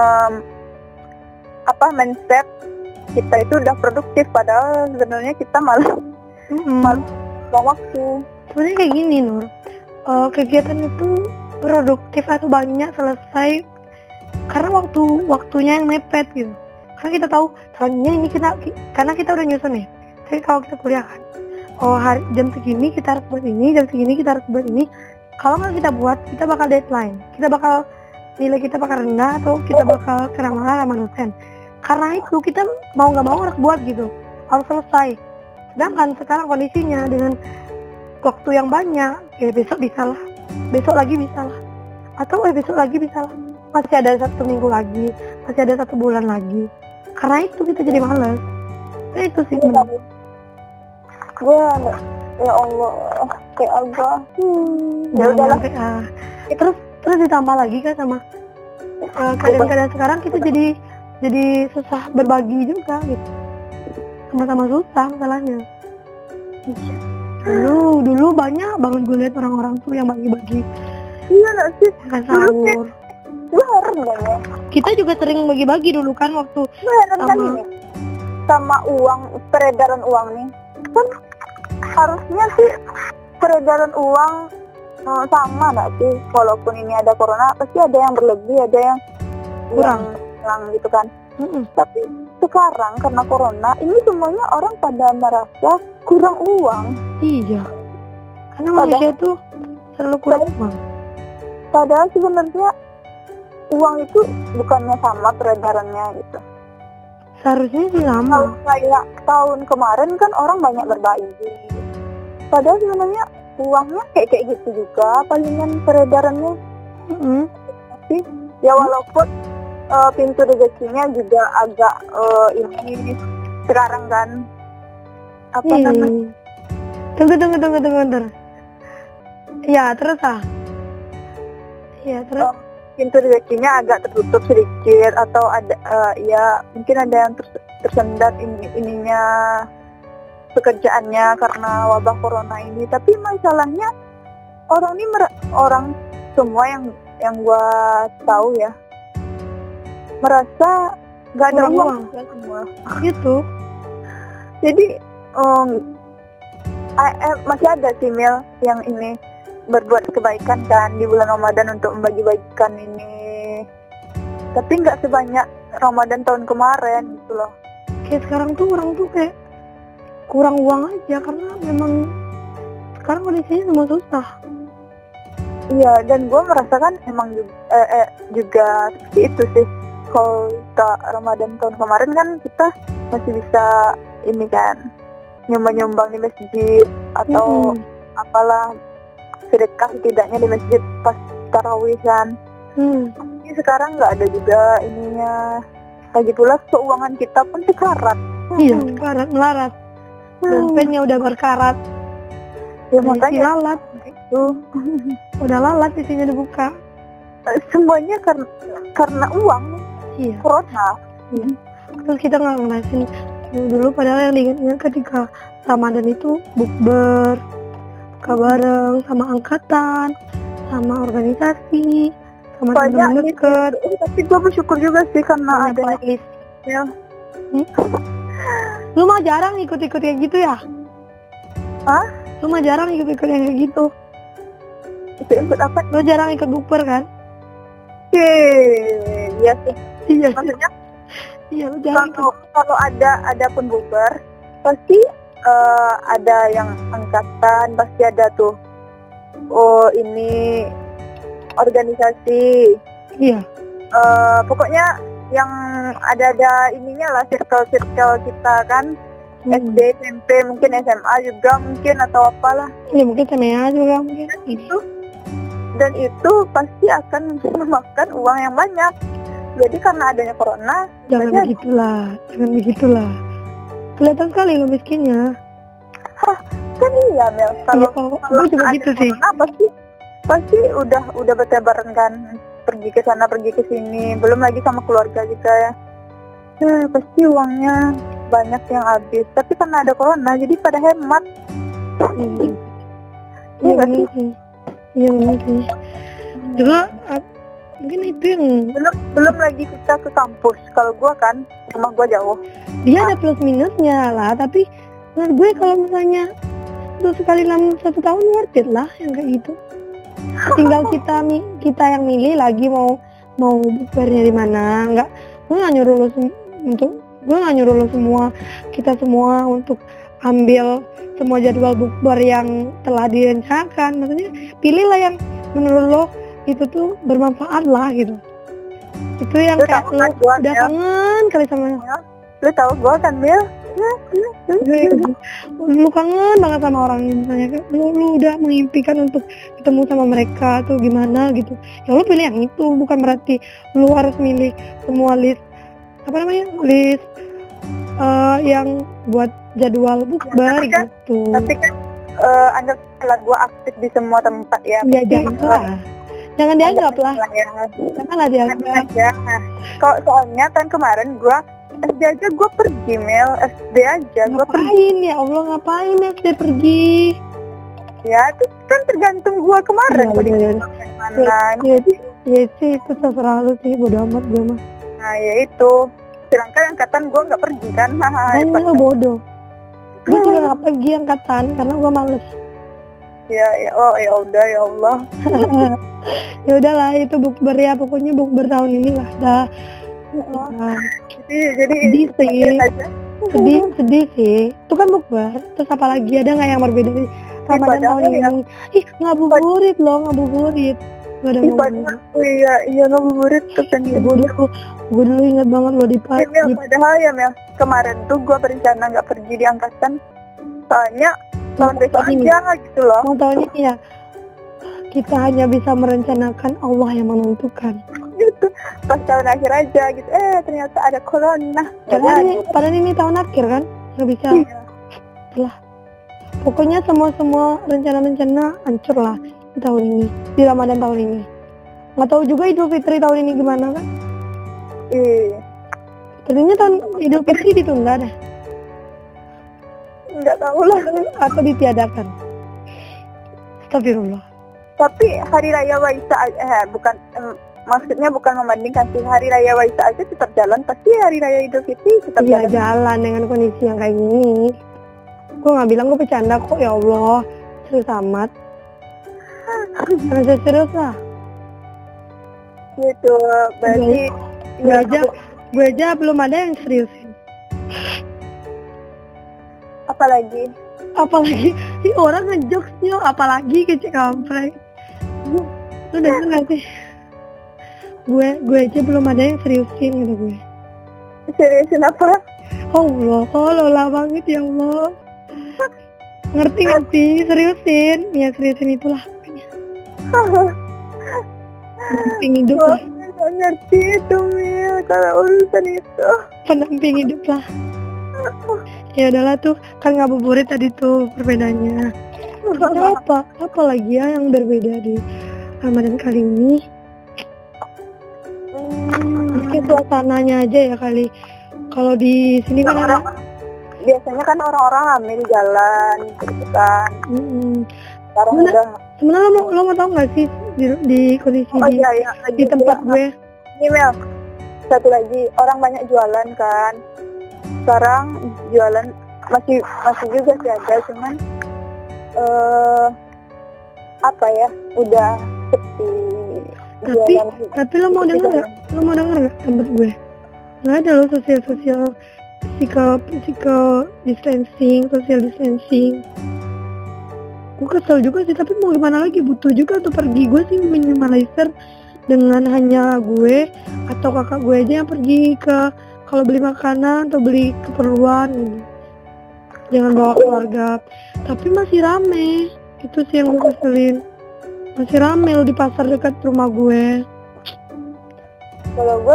mindset kita itu udah produktif, padahal sebenarnya kita malah buang waktu. Sebenarnya kayak gini Nur, kegiatan itu produktif atau banyak selesai karena waktunya yang mepet gitu. Karena kita tahu tahunnya ini karena kita udah nyusun nih. Tapi kalau kita kuliah kan, hari jam segini kita harus buat ini, jam segini kita harus buat ini. Kalau nggak kita buat, kita bakal deadline. Nilai kita bakal rendah atau kita bakal kena marah sama dosen. Karena itu kita mau nggak mau harus buat gitu, harus selesai. Sedangkan sekarang kondisinya dengan waktu yang banyak, ya besok bisa lah, besok lagi bisa lah, atau besok lagi bisa lah. Masih ada 1 minggu lagi, masih ada 1 bulan lagi. Karena itu kita jadi malas. Itu sih menurut gue. Ya Allah, kayak agak ya udahlah. Terus ditambah lagi kan sama keadaan sekarang kita jadi susah berbagi juga gitu. Sama-sama susah masalahnya. Dulu banyak banget gue lihat orang-orang tuh yang bagi-bagi. Iya gak sih? Makan sahur. Gue heran banget. Kita juga sering bagi-bagi dulu kan waktu sama uang, peredaran uang nih. Kan harusnya sih peredaran uang sama gak sih? Walaupun ini ada corona, pasti ada yang berlebih, ada yang kurang gitu kan. Tapi sekarang karena corona, ini semuanya orang pada merasa kurang uang. Iya. Karena manusia tuh selalu kurang uang. Padahal sebenarnya uang itu bukannya sama peredarannya gitu. Seharusnya sih sama. Kalau kayak tahun kemarin kan orang banyak berbagi. Padahal sebenarnya uangnya kayak gitu juga, palingan peredarannya. Tapi ya walaupun pintu rezekinya juga agak ini sekarang kan apa namanya? Tunggu. Ya terus Ya terus. Pintu rezekinya agak tertutup sedikit atau ada ya mungkin ada yang tersendat ininya pekerjaannya karena wabah corona ini. Tapi masalahnya orang semua yang gua tahu ya merasa nggak ada uang semua gitu. Jadi masih ada sih Mil yang ini berbuat kebaikan kan di bulan Ramadan untuk membagi-bagikan ini, tapi nggak sebanyak Ramadan tahun kemarin gitu loh. Kayak sekarang tuh orang tuh kayak kurang uang aja karena memang sekarang kondisinya semua susah. Iya, dan gue merasakan emang juga seperti itu sih. Kalau Ramadan tahun kemarin kan kita masih bisa ini kan nyumbang-nyumbang di masjid atau apalah, sedekah setidaknya di masjid pas tarawih kan. Ini sekarang nggak ada juga ininya. Lagi pula keuangan kita pun sekarat. Iya, sekarat, melarat. Dompetnya udah berkarat. Ya makanya lalat itu. Udah lalat isinya dibuka. Semuanya karena uang. Iya. Corona. Terus kita nggak ngerasain dulu, padahal yang diingat ketika Ramadan itu bukber, buka bareng sama angkatan, sama organisasi, sama teman dekat. Tapi gue bersyukur juga sih karena ada list. Ya. Lu mah jarang ikut-ikut kayak gitu ya? Hah? Lu mah jarang ikut-ikut yang kayak gitu. Ikut apa? Lu jarang ikut bukber kan? Iya sih. Iya. Maksudnya? Iya, lu jarang. Kalau ada pun bukber, pasti ada yang angkatan, pasti ada tuh. Oh ini organisasi. Iya. Pokoknya yang ada ininya lah, circle kita kan. SD, SMP, mungkin SMA juga mungkin atau apalah. Iya, mungkin SMA juga mungkin. Dan itu pasti akan memakan uang yang banyak. Jadi karena adanya corona, jangan begitulah. Kelihatan sekali lo miskinnya. Kan iya Mel. Kalau juga gitu sih. Pasti udah bertebaran kan, pergi ke sana pergi ke sini, belum lagi sama keluarga juga ya. Pasti uangnya banyak yang habis. Tapi karena ada corona, jadi pada hemat. Iya benar sih. Juga mungkin itu yang belum lagi kita ke kampus. Kalau gua kan rumah gua jauh. Dia ada plus minusnya lah, tapi menurut gue kalau misalnya untuk sekali dalam 1 tahun worth it lah yang kayak gitu. Tinggal kita yang milih lagi mau bukbernya di mana. Gue nggak nyuruh lu untuk gue nggak nyuruh lo semua, kita semua untuk ambil semua jadwal bukber yang telah direncanakan. Maksudnya pilihlah yang menurut lo itu tuh bermanfaat lah gitu. Itu yang kayak lo udah kangen kali sama. Lu tahu gue kan Mil? Lu kangen banget sama orang ini, misalnya lu udah mengimpikan untuk ketemu sama mereka tuh gimana gitu. Ya lu pilih yang itu, bukan berarti lu harus milih semua list list yang buat jadwal bukber ya, gitu. Tapi kan anggaplah gue aktif di semua tempat ya. Ya jangan dianggap lah. Janganlah dianggap. Ya. Soalnya kan kemarin gue SD aja gue pergi Mel, SD aja gue pergi. Ngapain ya Allah, ngapain SD pergi? Ya itu kan tergantung gue kemarin. Ya sih itu terserah lu sih, bodo amat gue mah. Nah ya itu, sedangkan angkatan gue nggak pergi kan. Hanya lu bodoh. Gue juga nggak pergi angkatan karena gue males. Ya udah ya Allah. Ya udahlah, itu bukber ya, pokoknya bukber tahun ini lah dah. Jadi sedih sih. Itu kan bukber. Terus apalagi ada nggak yang berbeda di Ramadan tahun ini? Ih, ngabuburit loh, ngabuburit. Gak ada ngabuburit. Iya ngabuburit tuh kan. Gue dulu ingat banget loh di padahal ya Mel, kemarin tuh gue berencana nggak pergi di angkatan. Soalnya tahun besok aja gitu loh. Mau tahun ini ya, kita hanya bisa merencanakan, Allah yang menentukan. Gitu. Pas tahun akhir aja gitu. Ternyata ada corona. Padahal ini tahun akhir kan, nggak bisa. Iya. Lah. Pokoknya semua rencana-rencana hancur lah di tahun ini, di Ramadan tahun ini. Nggak tahu juga Idul Fitri tahun ini gimana kan? Tadinya tahun Idul Fitri ditunda deh. Nggak tahu lah. Atau ditiadakan. Astagfirullah. Tapi hari raya Waisak maksudnya bukan membandingkan sih, hari raya Waisak aja tetap jalan, pasti hari raya Idul Fitri tetap jalan dengan kondisi yang kayak gini. Gue nggak bilang, gue bercanda kok, ya Allah, serius amat. Harus serius lah. Gitu, berarti gue aja belum ada yang seriusin. Apalagi orang ngejokesnya, apalagi kecil kamprek. Lu denger gak sih? Gue aja belum ada yang seriusin gitu gue. Seriusin apa? Allah, lola banget ya Allah. Ngerti gak sih? Seriusin. Ya seriusin itulah pokoknya. Pendamping hidup lah. Gak ngerti itu Mil, kalau urusan itu. Pendamping hidup lah. Ya udahlah tuh, kan ngabuburit tadi tuh perbedaannya. Apa lagi ya yang berbeda di Ramadan kali ini? Mungkin suasananya aja ya kali. Kalau di sini kan biasanya kan orang-orang ambil jalan gitu kan. Sekarang udah. Sebenarnya lo mau tau nggak sih di kondisi di tempat gue? Ini Mel, satu lagi, orang banyak jualan kan. Sekarang jualan masih juga sih ada, cuman udah sepi. Tapi lo mau denger nggak tempat gue? Nggak ada lo social physical distancing, social distancing. Gue kesel juga sih, tapi mau gimana lagi, butuh juga untuk pergi. Gue sih minimalisir dengan hanya gue atau kakak gue aja yang pergi kalau beli makanan atau beli keperluan. Jangan bawa keluarga. Tapi masih rame, itu sih yang gue keselin. Masih rame lo di pasar dekat rumah gue. Kalau gue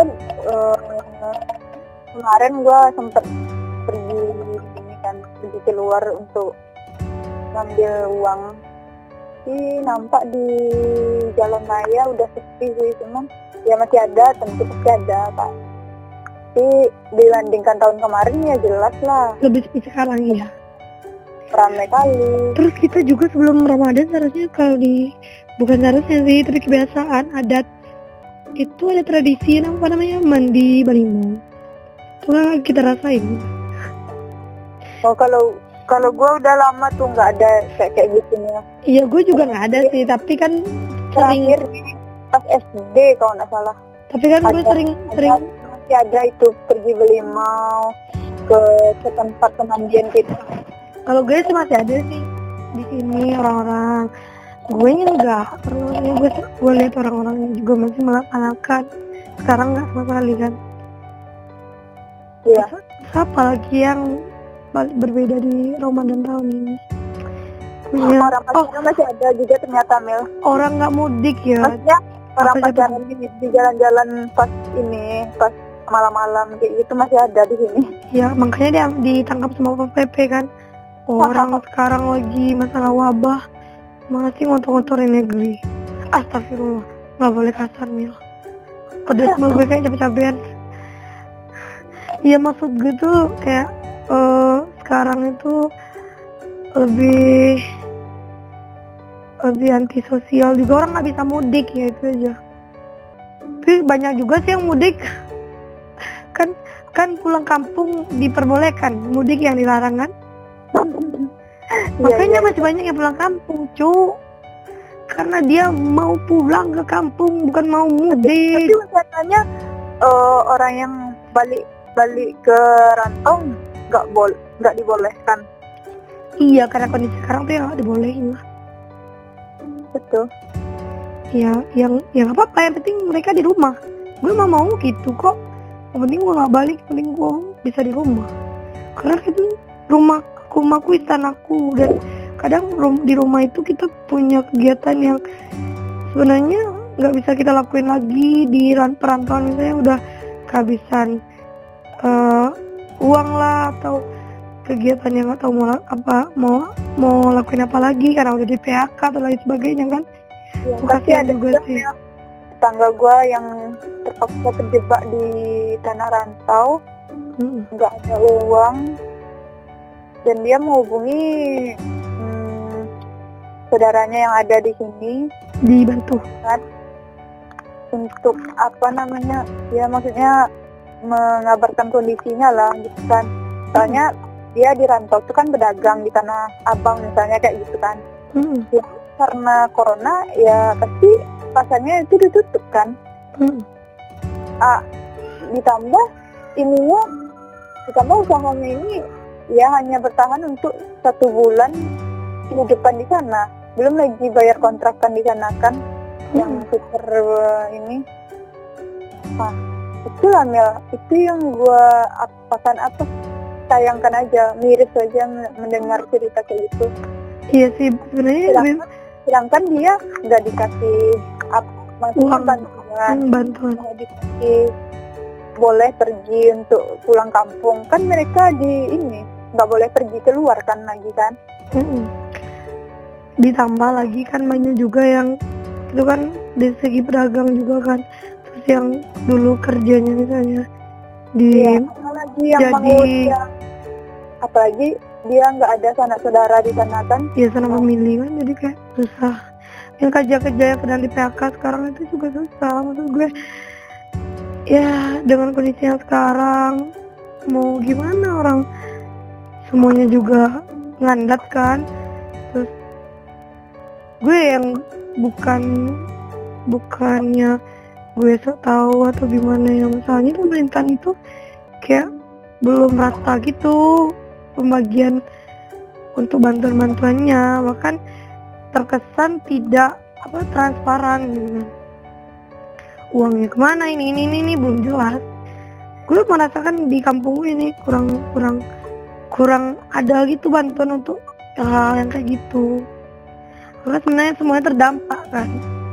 kemarin gue sempet pergi keluar untuk ngambil uang. Nampak di jalan raya udah sepi sih, cuman ya masih ada, tentu pasti ada Pak. Tapi dibandingkan tahun kemarin ya jelas lah lebih sepi sekarang ya. Ramai kali. Terus kita juga sebelum Ramadan seharusnya bukan seharusnya sih, tapi kebiasaan adat itu ada tradisi mandi balimau. Itu kan kita rasain. Kalau gue udah lama tuh nggak ada kayak gitu ya. Iya, gue juga nggak ada sih, tapi kan sering pas SD kalau nggak salah. Tapi kan gue sering masih ada itu pergi beli mau ke tempat pemandian kita. Kalau gue sih masih ada sih di sini orang-orang. Gue nya enggak, karena gue lihat orang-orang ini juga masih melaksanakan. Sekarang nggak sama sekali kan. Iya. Siapa lagi yang berbeda di Ramadan tahun ini? Orang pacaran masih ada juga ternyata, Mil. Orang nggak mudik ya? Maksudnya orang Apa pacaran di jalan-jalan pas malam-malam kayak gitu masih ada di sini. Ya makanya dia ditangkap sama Satpol PP kan. Orang sekarang lagi masalah wabah masih ngotor-ngotorin negeri. Astagfirullah, nggak boleh kasar Mil. Pedas mau gue kayak cabe-cabean. Iya maksud gue tuh kayak sekarang itu lebih antisosial juga, orang nggak bisa mudik ya, itu aja. Tapi banyak juga sih yang mudik kan pulang kampung diperbolehkan, mudik yang dilarang kan. Makanya masih banyak yang pulang kampung karena dia mau pulang ke kampung bukan mau mudik. Tapi katanya orang yang balik ke rantau nggak dibolehkan. Iya, karena kondisi sekarang tuh ya nggak dibolehin lah. Betul. Ya yang apa-apa, yang penting mereka di rumah. Gue mau gitu kok. Yang penting gue nggak balik, yang penting gue bisa di rumah. Karena itu rumahku istanaku, dan kadang di rumah itu kita punya kegiatan yang sebenarnya nggak bisa kita lakuin lagi di perantauan. Misalnya udah kehabisan uang lah, atau kegiatan yang nggak tahu mau lakuin apa lagi karena udah di PHK atau lain sebagainya kan. Ya, tapi ada juga sih tetangga gue yang terpaksa terjebak di tanah rantau, nggak ada uang, dan dia menghubungi saudaranya yang ada di sini dibantu untuk apa namanya, ya maksudnya mengabarkan kondisinya lah gitu kan. Soalnya dia di rantau itu kan berdagang di Tanah Abang misalnya kayak gitu kan. Ya, karena corona ya pasti pasarnya itu ditutup kan. Ditambah usahanya ini ya hanya bertahan untuk 1 bulan kehidupan di sana, belum lagi bayar kontrakan di sana kan, yang super ini. Nah, itulah Mel, itu yang gue sayangkan aja, miris aja mendengar cerita kayak gitu. Iya sih sebenarnya. Sedangkan dia nggak dikasih bantuan, nggak dikasih boleh pergi untuk pulang kampung kan, mereka nggak boleh pergi keluar kan lagi kan. Ditambah lagi kan banyak juga yang itu kan dari segi pedagang juga kan, terus yang dulu kerjanya misalnya apalagi dia nggak ada sanak saudara di sana kan. Iya, sanak famili kan, jadi kayak susah. Yang kerja-kerja yang sedang di PHK sekarang itu juga susah. Maksud gue ya dengan kondisi yang sekarang mau gimana, orang semuanya juga ngandat kan. Terus gue yang bukannya gue sok tahu atau gimana, yang misalnya pemerintahan itu kayak belum rata gitu pembagian untuk bantuan-bantuannya, bahkan terkesan tidak transparan gitu kan. Uangnya kemana ini belum jelas. Gue merasakan di kampung gue ini kurang ada gitu bantuan untuk hal yang kayak gitu. Karena sebenarnya semuanya terdampak kan.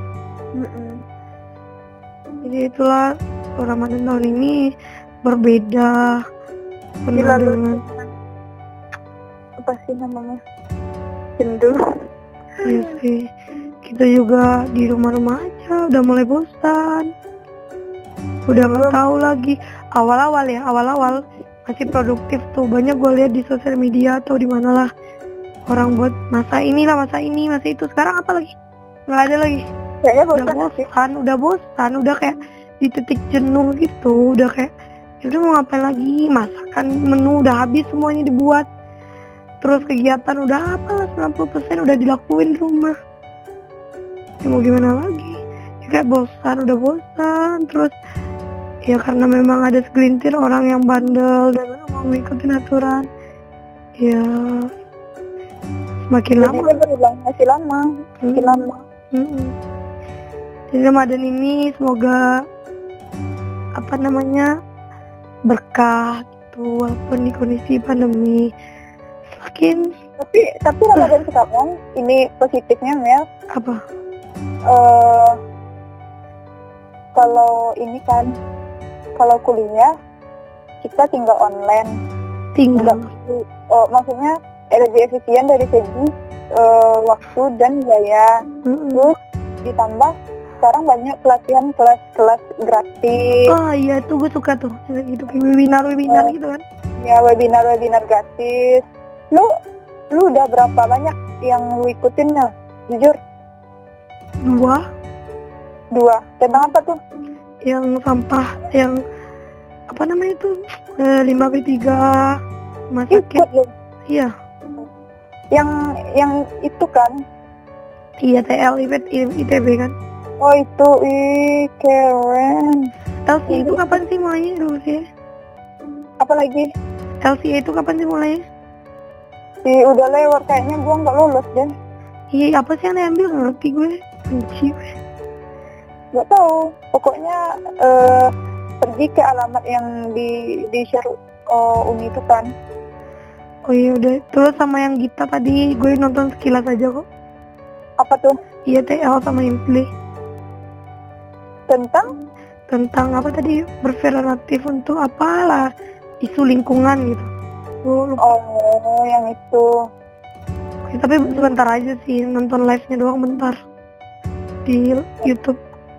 Jadi itulah Ramadan tahun ini berbeda dengan apa sih namanya, cendu. Iya sih, kita juga di rumah-rumah aja udah mulai bosan, udah nggak tahu lagi. Awal-awal masih produktif tuh, banyak gue lihat di sosial media atau di mana lah orang buat masa ini masa itu. Sekarang apa lagi, nggak ada lagi. Udah bosan, udah kayak di titik jenuh gitu, udah kayak udah mau ngapain lagi, masakan menu udah habis semuanya dibuat, terus kegiatan udah 90% udah dilakuin di rumah. Ya mau gimana lagi, ya kayak udah bosan, terus Ya karena memang ada segelintir orang yang bandel dan nggak mau ngikutin aturan. Ya semakin lama. Jadi berulang masih lama, makin lama. Jadi Ramadan ini semoga berkah gitu, walaupun di kondisi pandemi. Semakin Tapi Ramadan sekarang ini positifnya Mel. apa? Kalau ini kan, kalau kuliah kita tinggal online. Maksudnya lebih efisien dari segi waktu dan biaya. Terus ditambah sekarang banyak pelatihan kelas-kelas gratis. Oh iya tuh gue suka tuh gitu, kayak webinar gitu kan. Ya webinar gratis. Lu udah berapa banyak yang lu ikutin ya? Jujur? 2. Tentang apa tuh? Yang sampah, yang apa namanya itu 5W3 masakin. Ikut lu? Iya. Yang itu kan? Iya, TL ITB kan. Oh itu, keren. LCA itu kapan sih mulainya dulu sih? Apa lagi? LCA itu kapan sih mulainya? Udah lewat, kayaknya gua nggak lolos deh. Iya, apa sih yang diambil, nggak ngerti gue. Benci gue. Nggak tahu. Pokoknya pergi ke alamat yang di share Uni itu kan. Oh iya udah. Terus sama yang Gita tadi gue nonton sekilas aja kok. Apa tuh? Iya, TL sama Impli. Tentang apa tadi, bervariatif untuk apalah, isu lingkungan gitu. Oh, yang itu. Ya, tapi sebentar aja sih, nonton live-nya doang bentar di YouTube.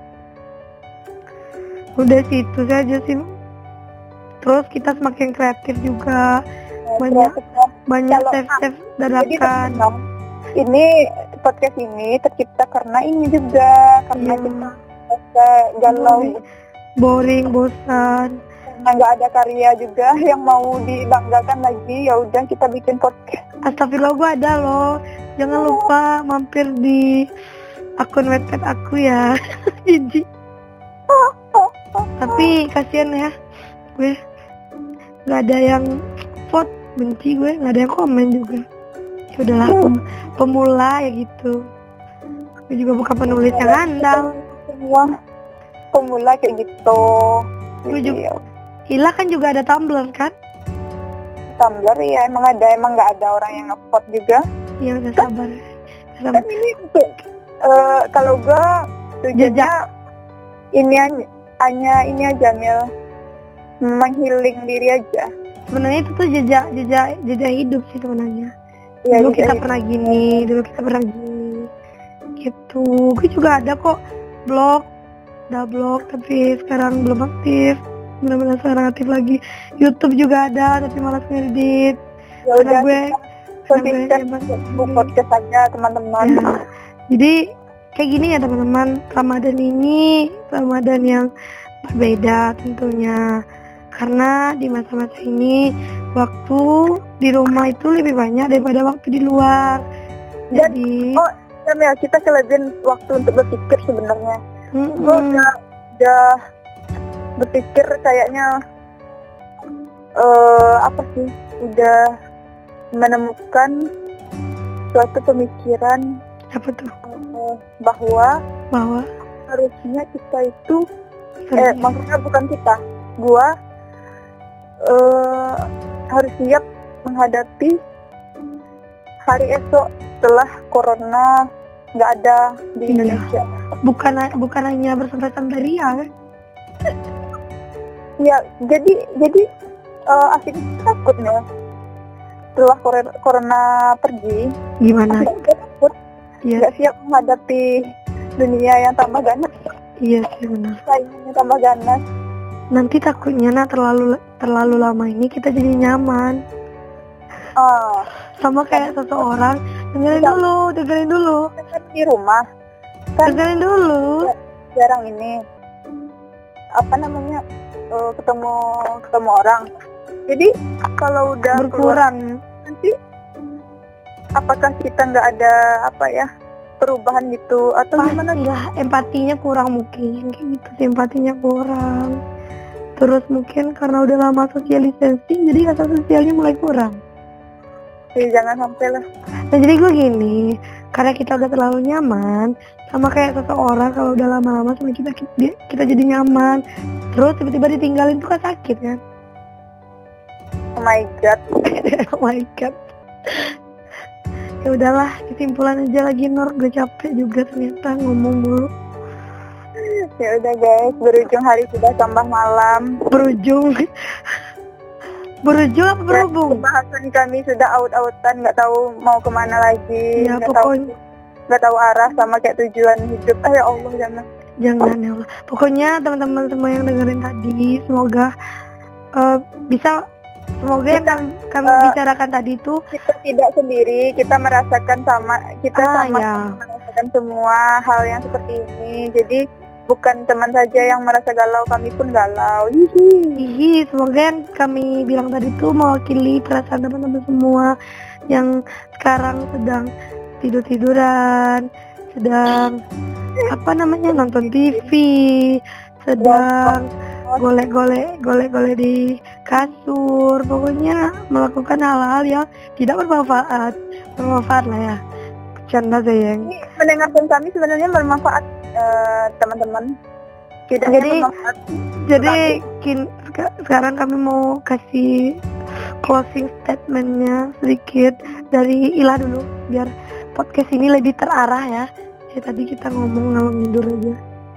Udah sih, itu saja sih. Terus kita semakin kreatif juga, banyak save dadakan. Ini podcast ini tercipta karena ini juga, karena kita galau, boring, bosan, karena nggak ada karya juga yang mau dibanggakan lagi. Ya udah kita bikin podcast. Astagfirullah, gue ada loh. Jangan lupa mampir di akun Wattpad aku ya. Jijik. Tapi kasihan ya, gue nggak ada yang vote, benci gue, nggak ada yang komen juga. Ya udahlah, pemula ya gitu. Gue juga bukan penulis yang handal. Semua pemula kayak gitu. Gue juga. Hila kan juga ada Tumblr kan? Tumblr ya, emang nggak ada orang yang nge-vote juga. Iya udah sabar. Kan ini kalau gue tujuannya ini hanya ini aja Mil, menghealing diri aja. Sebenarnya itu tuh jejak hidup sih sebenarnya. Ya, dulu kita pernah gini, gitu. Gue juga ada kok blog tapi sekarang belum aktif. Benar-benar sekarang aktif lagi. YouTube juga ada tapi malas ngedit. Ya udah, gue podcast aja teman-teman. Ya. Jadi kayak gini ya teman-teman, Ramadan ini Ramadan yang berbeda tentunya. Karena di masa-masa ini waktu di rumah itu lebih banyak daripada waktu di luar. Jadi ya kita kelebihan waktu untuk berpikir sebenarnya. Gue udah berpikir kayaknya udah menemukan suatu pemikiran apa tuh? Bahwa harusnya kita itu maksudnya bukan kita, gua harus siap menghadapi hari esok setelah corona nggak ada di Indonesia. Bukan hanya bersantai-santai ria kan? Ya jadi akhirnya takut ya setelah corona pergi. Gimana? Takut, nggak siap menghadapi dunia yang tambah ganas. Iya sih benar. Saingannya tambah ganas. Nanti takutnya terlalu lama ini kita jadi nyaman. Sama kayak seseorang, dengerin dulu. Di rumah. Kan dengerin dulu. Jarang ini. Ketemu orang. Jadi kalau udah berkurang nanti apakah kita nggak ada perubahan gitu atau gimana? Pastilah empatinya kurang mungkin kayak gitu sih, empatinya kurang. Terus mungkin karena udah lama social distancing, jadi rasa sosialnya mulai kurang. Jangan sampai lah. Nah jadi gue gini, karena kita udah terlalu nyaman, sama kayak seseorang kalau udah lama-lama sama kita jadi nyaman, terus tiba-tiba ditinggalin tuh kan sakit kan. Oh my god. Oh my god. Ya udahlah, kesimpulan aja lagi Nur, gue capek juga ternyata ngomong mulu. Ya udah guys, berujung hari sudah tambah malam. Berujung apa berhubung? Pembahasan kami sudah out-outan, nggak tahu mau kemana lagi, Ya nggak pokoknya tahu arah sama kayak tujuan hidup. Ya Allah, jangan ya Allah. Pokoknya teman-teman semua yang dengerin tadi, semoga yang kami bicarakan tadi itu kita tidak sendiri, kita merasakan merasakan semua hal yang seperti ini. Jadi bukan teman saja yang merasa galau, kami pun galau. Hihi, semoga yang kami bilang tadi itu mewakili perasaan teman-teman semua yang sekarang sedang tidur-tiduran, sedang nonton TV, sedang golek-golek di kasur, pokoknya melakukan hal-hal yang tidak bermanfaat lah ya. Bercanda sayang. Ini mendengarkan kami sebenarnya bermanfaat, teman-teman. Jadi sekarang kami mau kasih closing statementnya sedikit dari Ila dulu, biar podcast ini lebih terarah ya. Tadi kita ngomong ngalor ngidur aja.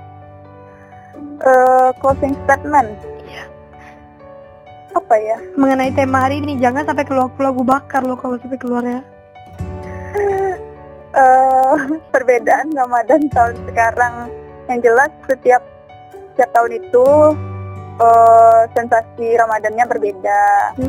Closing statement. Iya. Apa ya? Mengenai tema hari ini, jangan sampai keluar gue bakar lo kalau sampai keluar ya. Perbedaan Ramadan tahun sekarang, yang jelas setiap tahun itu sensasi Ramadannya berbeda.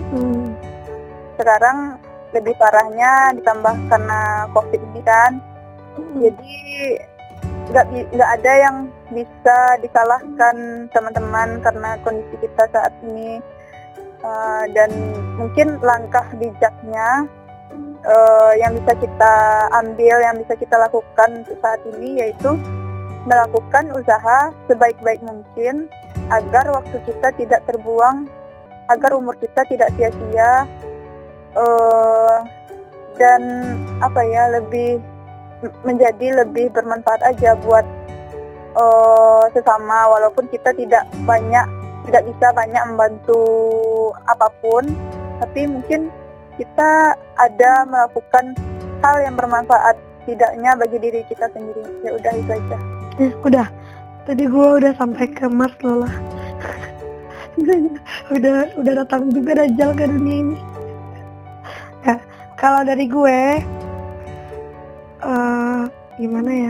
Sekarang lebih parahnya ditambah karena COVID ini kan. Jadi nggak ada yang bisa disalahkan teman-teman karena kondisi kita saat ini, dan mungkin langkah bijaknya yang bisa kita ambil, yang bisa kita lakukan untuk saat ini, yaitu melakukan usaha sebaik-baik mungkin agar waktu kita tidak terbuang, agar umur kita tidak sia-sia, dan menjadi lebih bermanfaat aja buat sesama, walaupun kita tidak bisa banyak membantu apapun, tapi mungkin kita ada melakukan hal yang bermanfaat tidaknya bagi diri kita sendiri. Ya udah, itu aja. Udah. Tadi gue udah sampai ke Mars loh lah. udah datang juga Dajjal ke dunia ini. Ya, kalau dari gue gimana ya?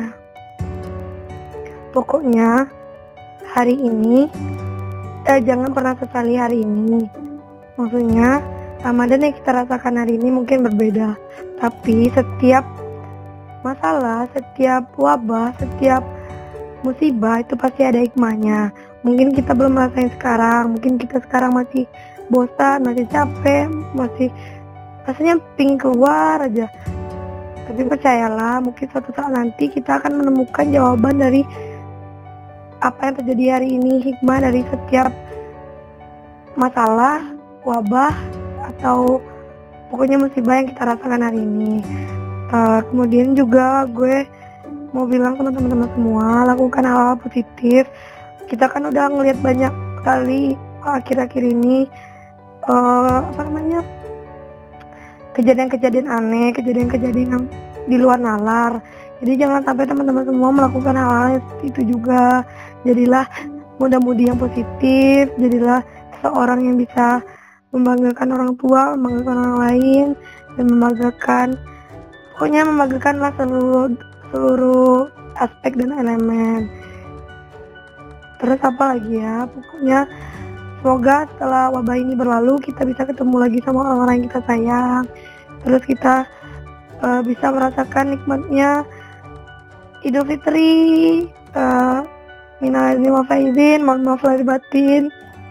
Pokoknya hari ini jangan pernah sesali hari ini. Maksudnya Ramadan yang kita rasakan hari ini mungkin berbeda, tapi setiap masalah, setiap wabah, setiap musibah itu pasti ada hikmahnya. Mungkin kita belum merasain sekarang, mungkin kita sekarang masih bosan, masih capek, masih rasanya pingin keluar aja. Tapi percayalah, mungkin suatu saat nanti kita akan menemukan jawaban dari apa yang terjadi hari ini, hikmah dari setiap masalah, wabah, atau pokoknya musibah yang kita rasakan hari ini. Kemudian juga gue mau bilang sama teman-teman semua, lakukan hal-hal positif. Kita kan udah ngelihat banyak sekali akhir-akhir ini kejadian-kejadian aneh, kejadian-kejadian yang di luar nalar. Jadi jangan sampai teman-teman semua melakukan hal-hal yang seperti itu juga. Jadilah muda-mudi yang positif, jadilah seorang yang bisa membanggakan orang tua, membanggakan orang lain, dan membanggakanlah seluruh aspek dan elemen. Terus apa lagi ya, pokoknya semoga setelah wabah ini berlalu kita bisa ketemu lagi sama orang-orang yang kita sayang. Terus kita bisa merasakan nikmatnya Idul Fitri, minal aidin wal faizin, mohon maaf lahir batin.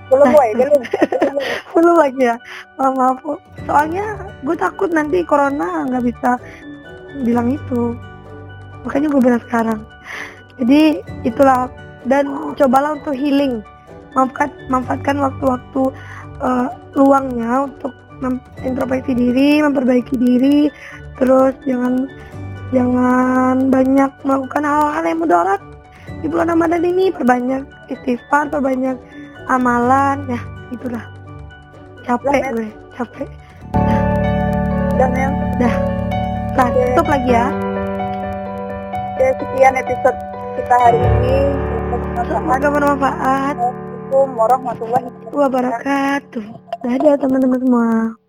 Belum lagi ya, maaf. Soalnya gue takut nanti corona nggak bisa bilang itu, makanya gue bilang sekarang. Jadi itulah, dan cobalah untuk healing manfaatkan waktu-waktu luangnya untuk introspeksi diri, memperbaiki diri, terus jangan banyak melakukan hal-hal yang mudarat di bulan Ramadan ini. Perbanyak istighfar, perbanyak amalan, ya itulah. Capek gue, capek. Dan yang Nah, tutup lagi ya. sekian episode kita hari ini. Semoga bermanfaat. Assalamualaikum warahmatullahi wabarakatuh. Dadah teman-teman semua.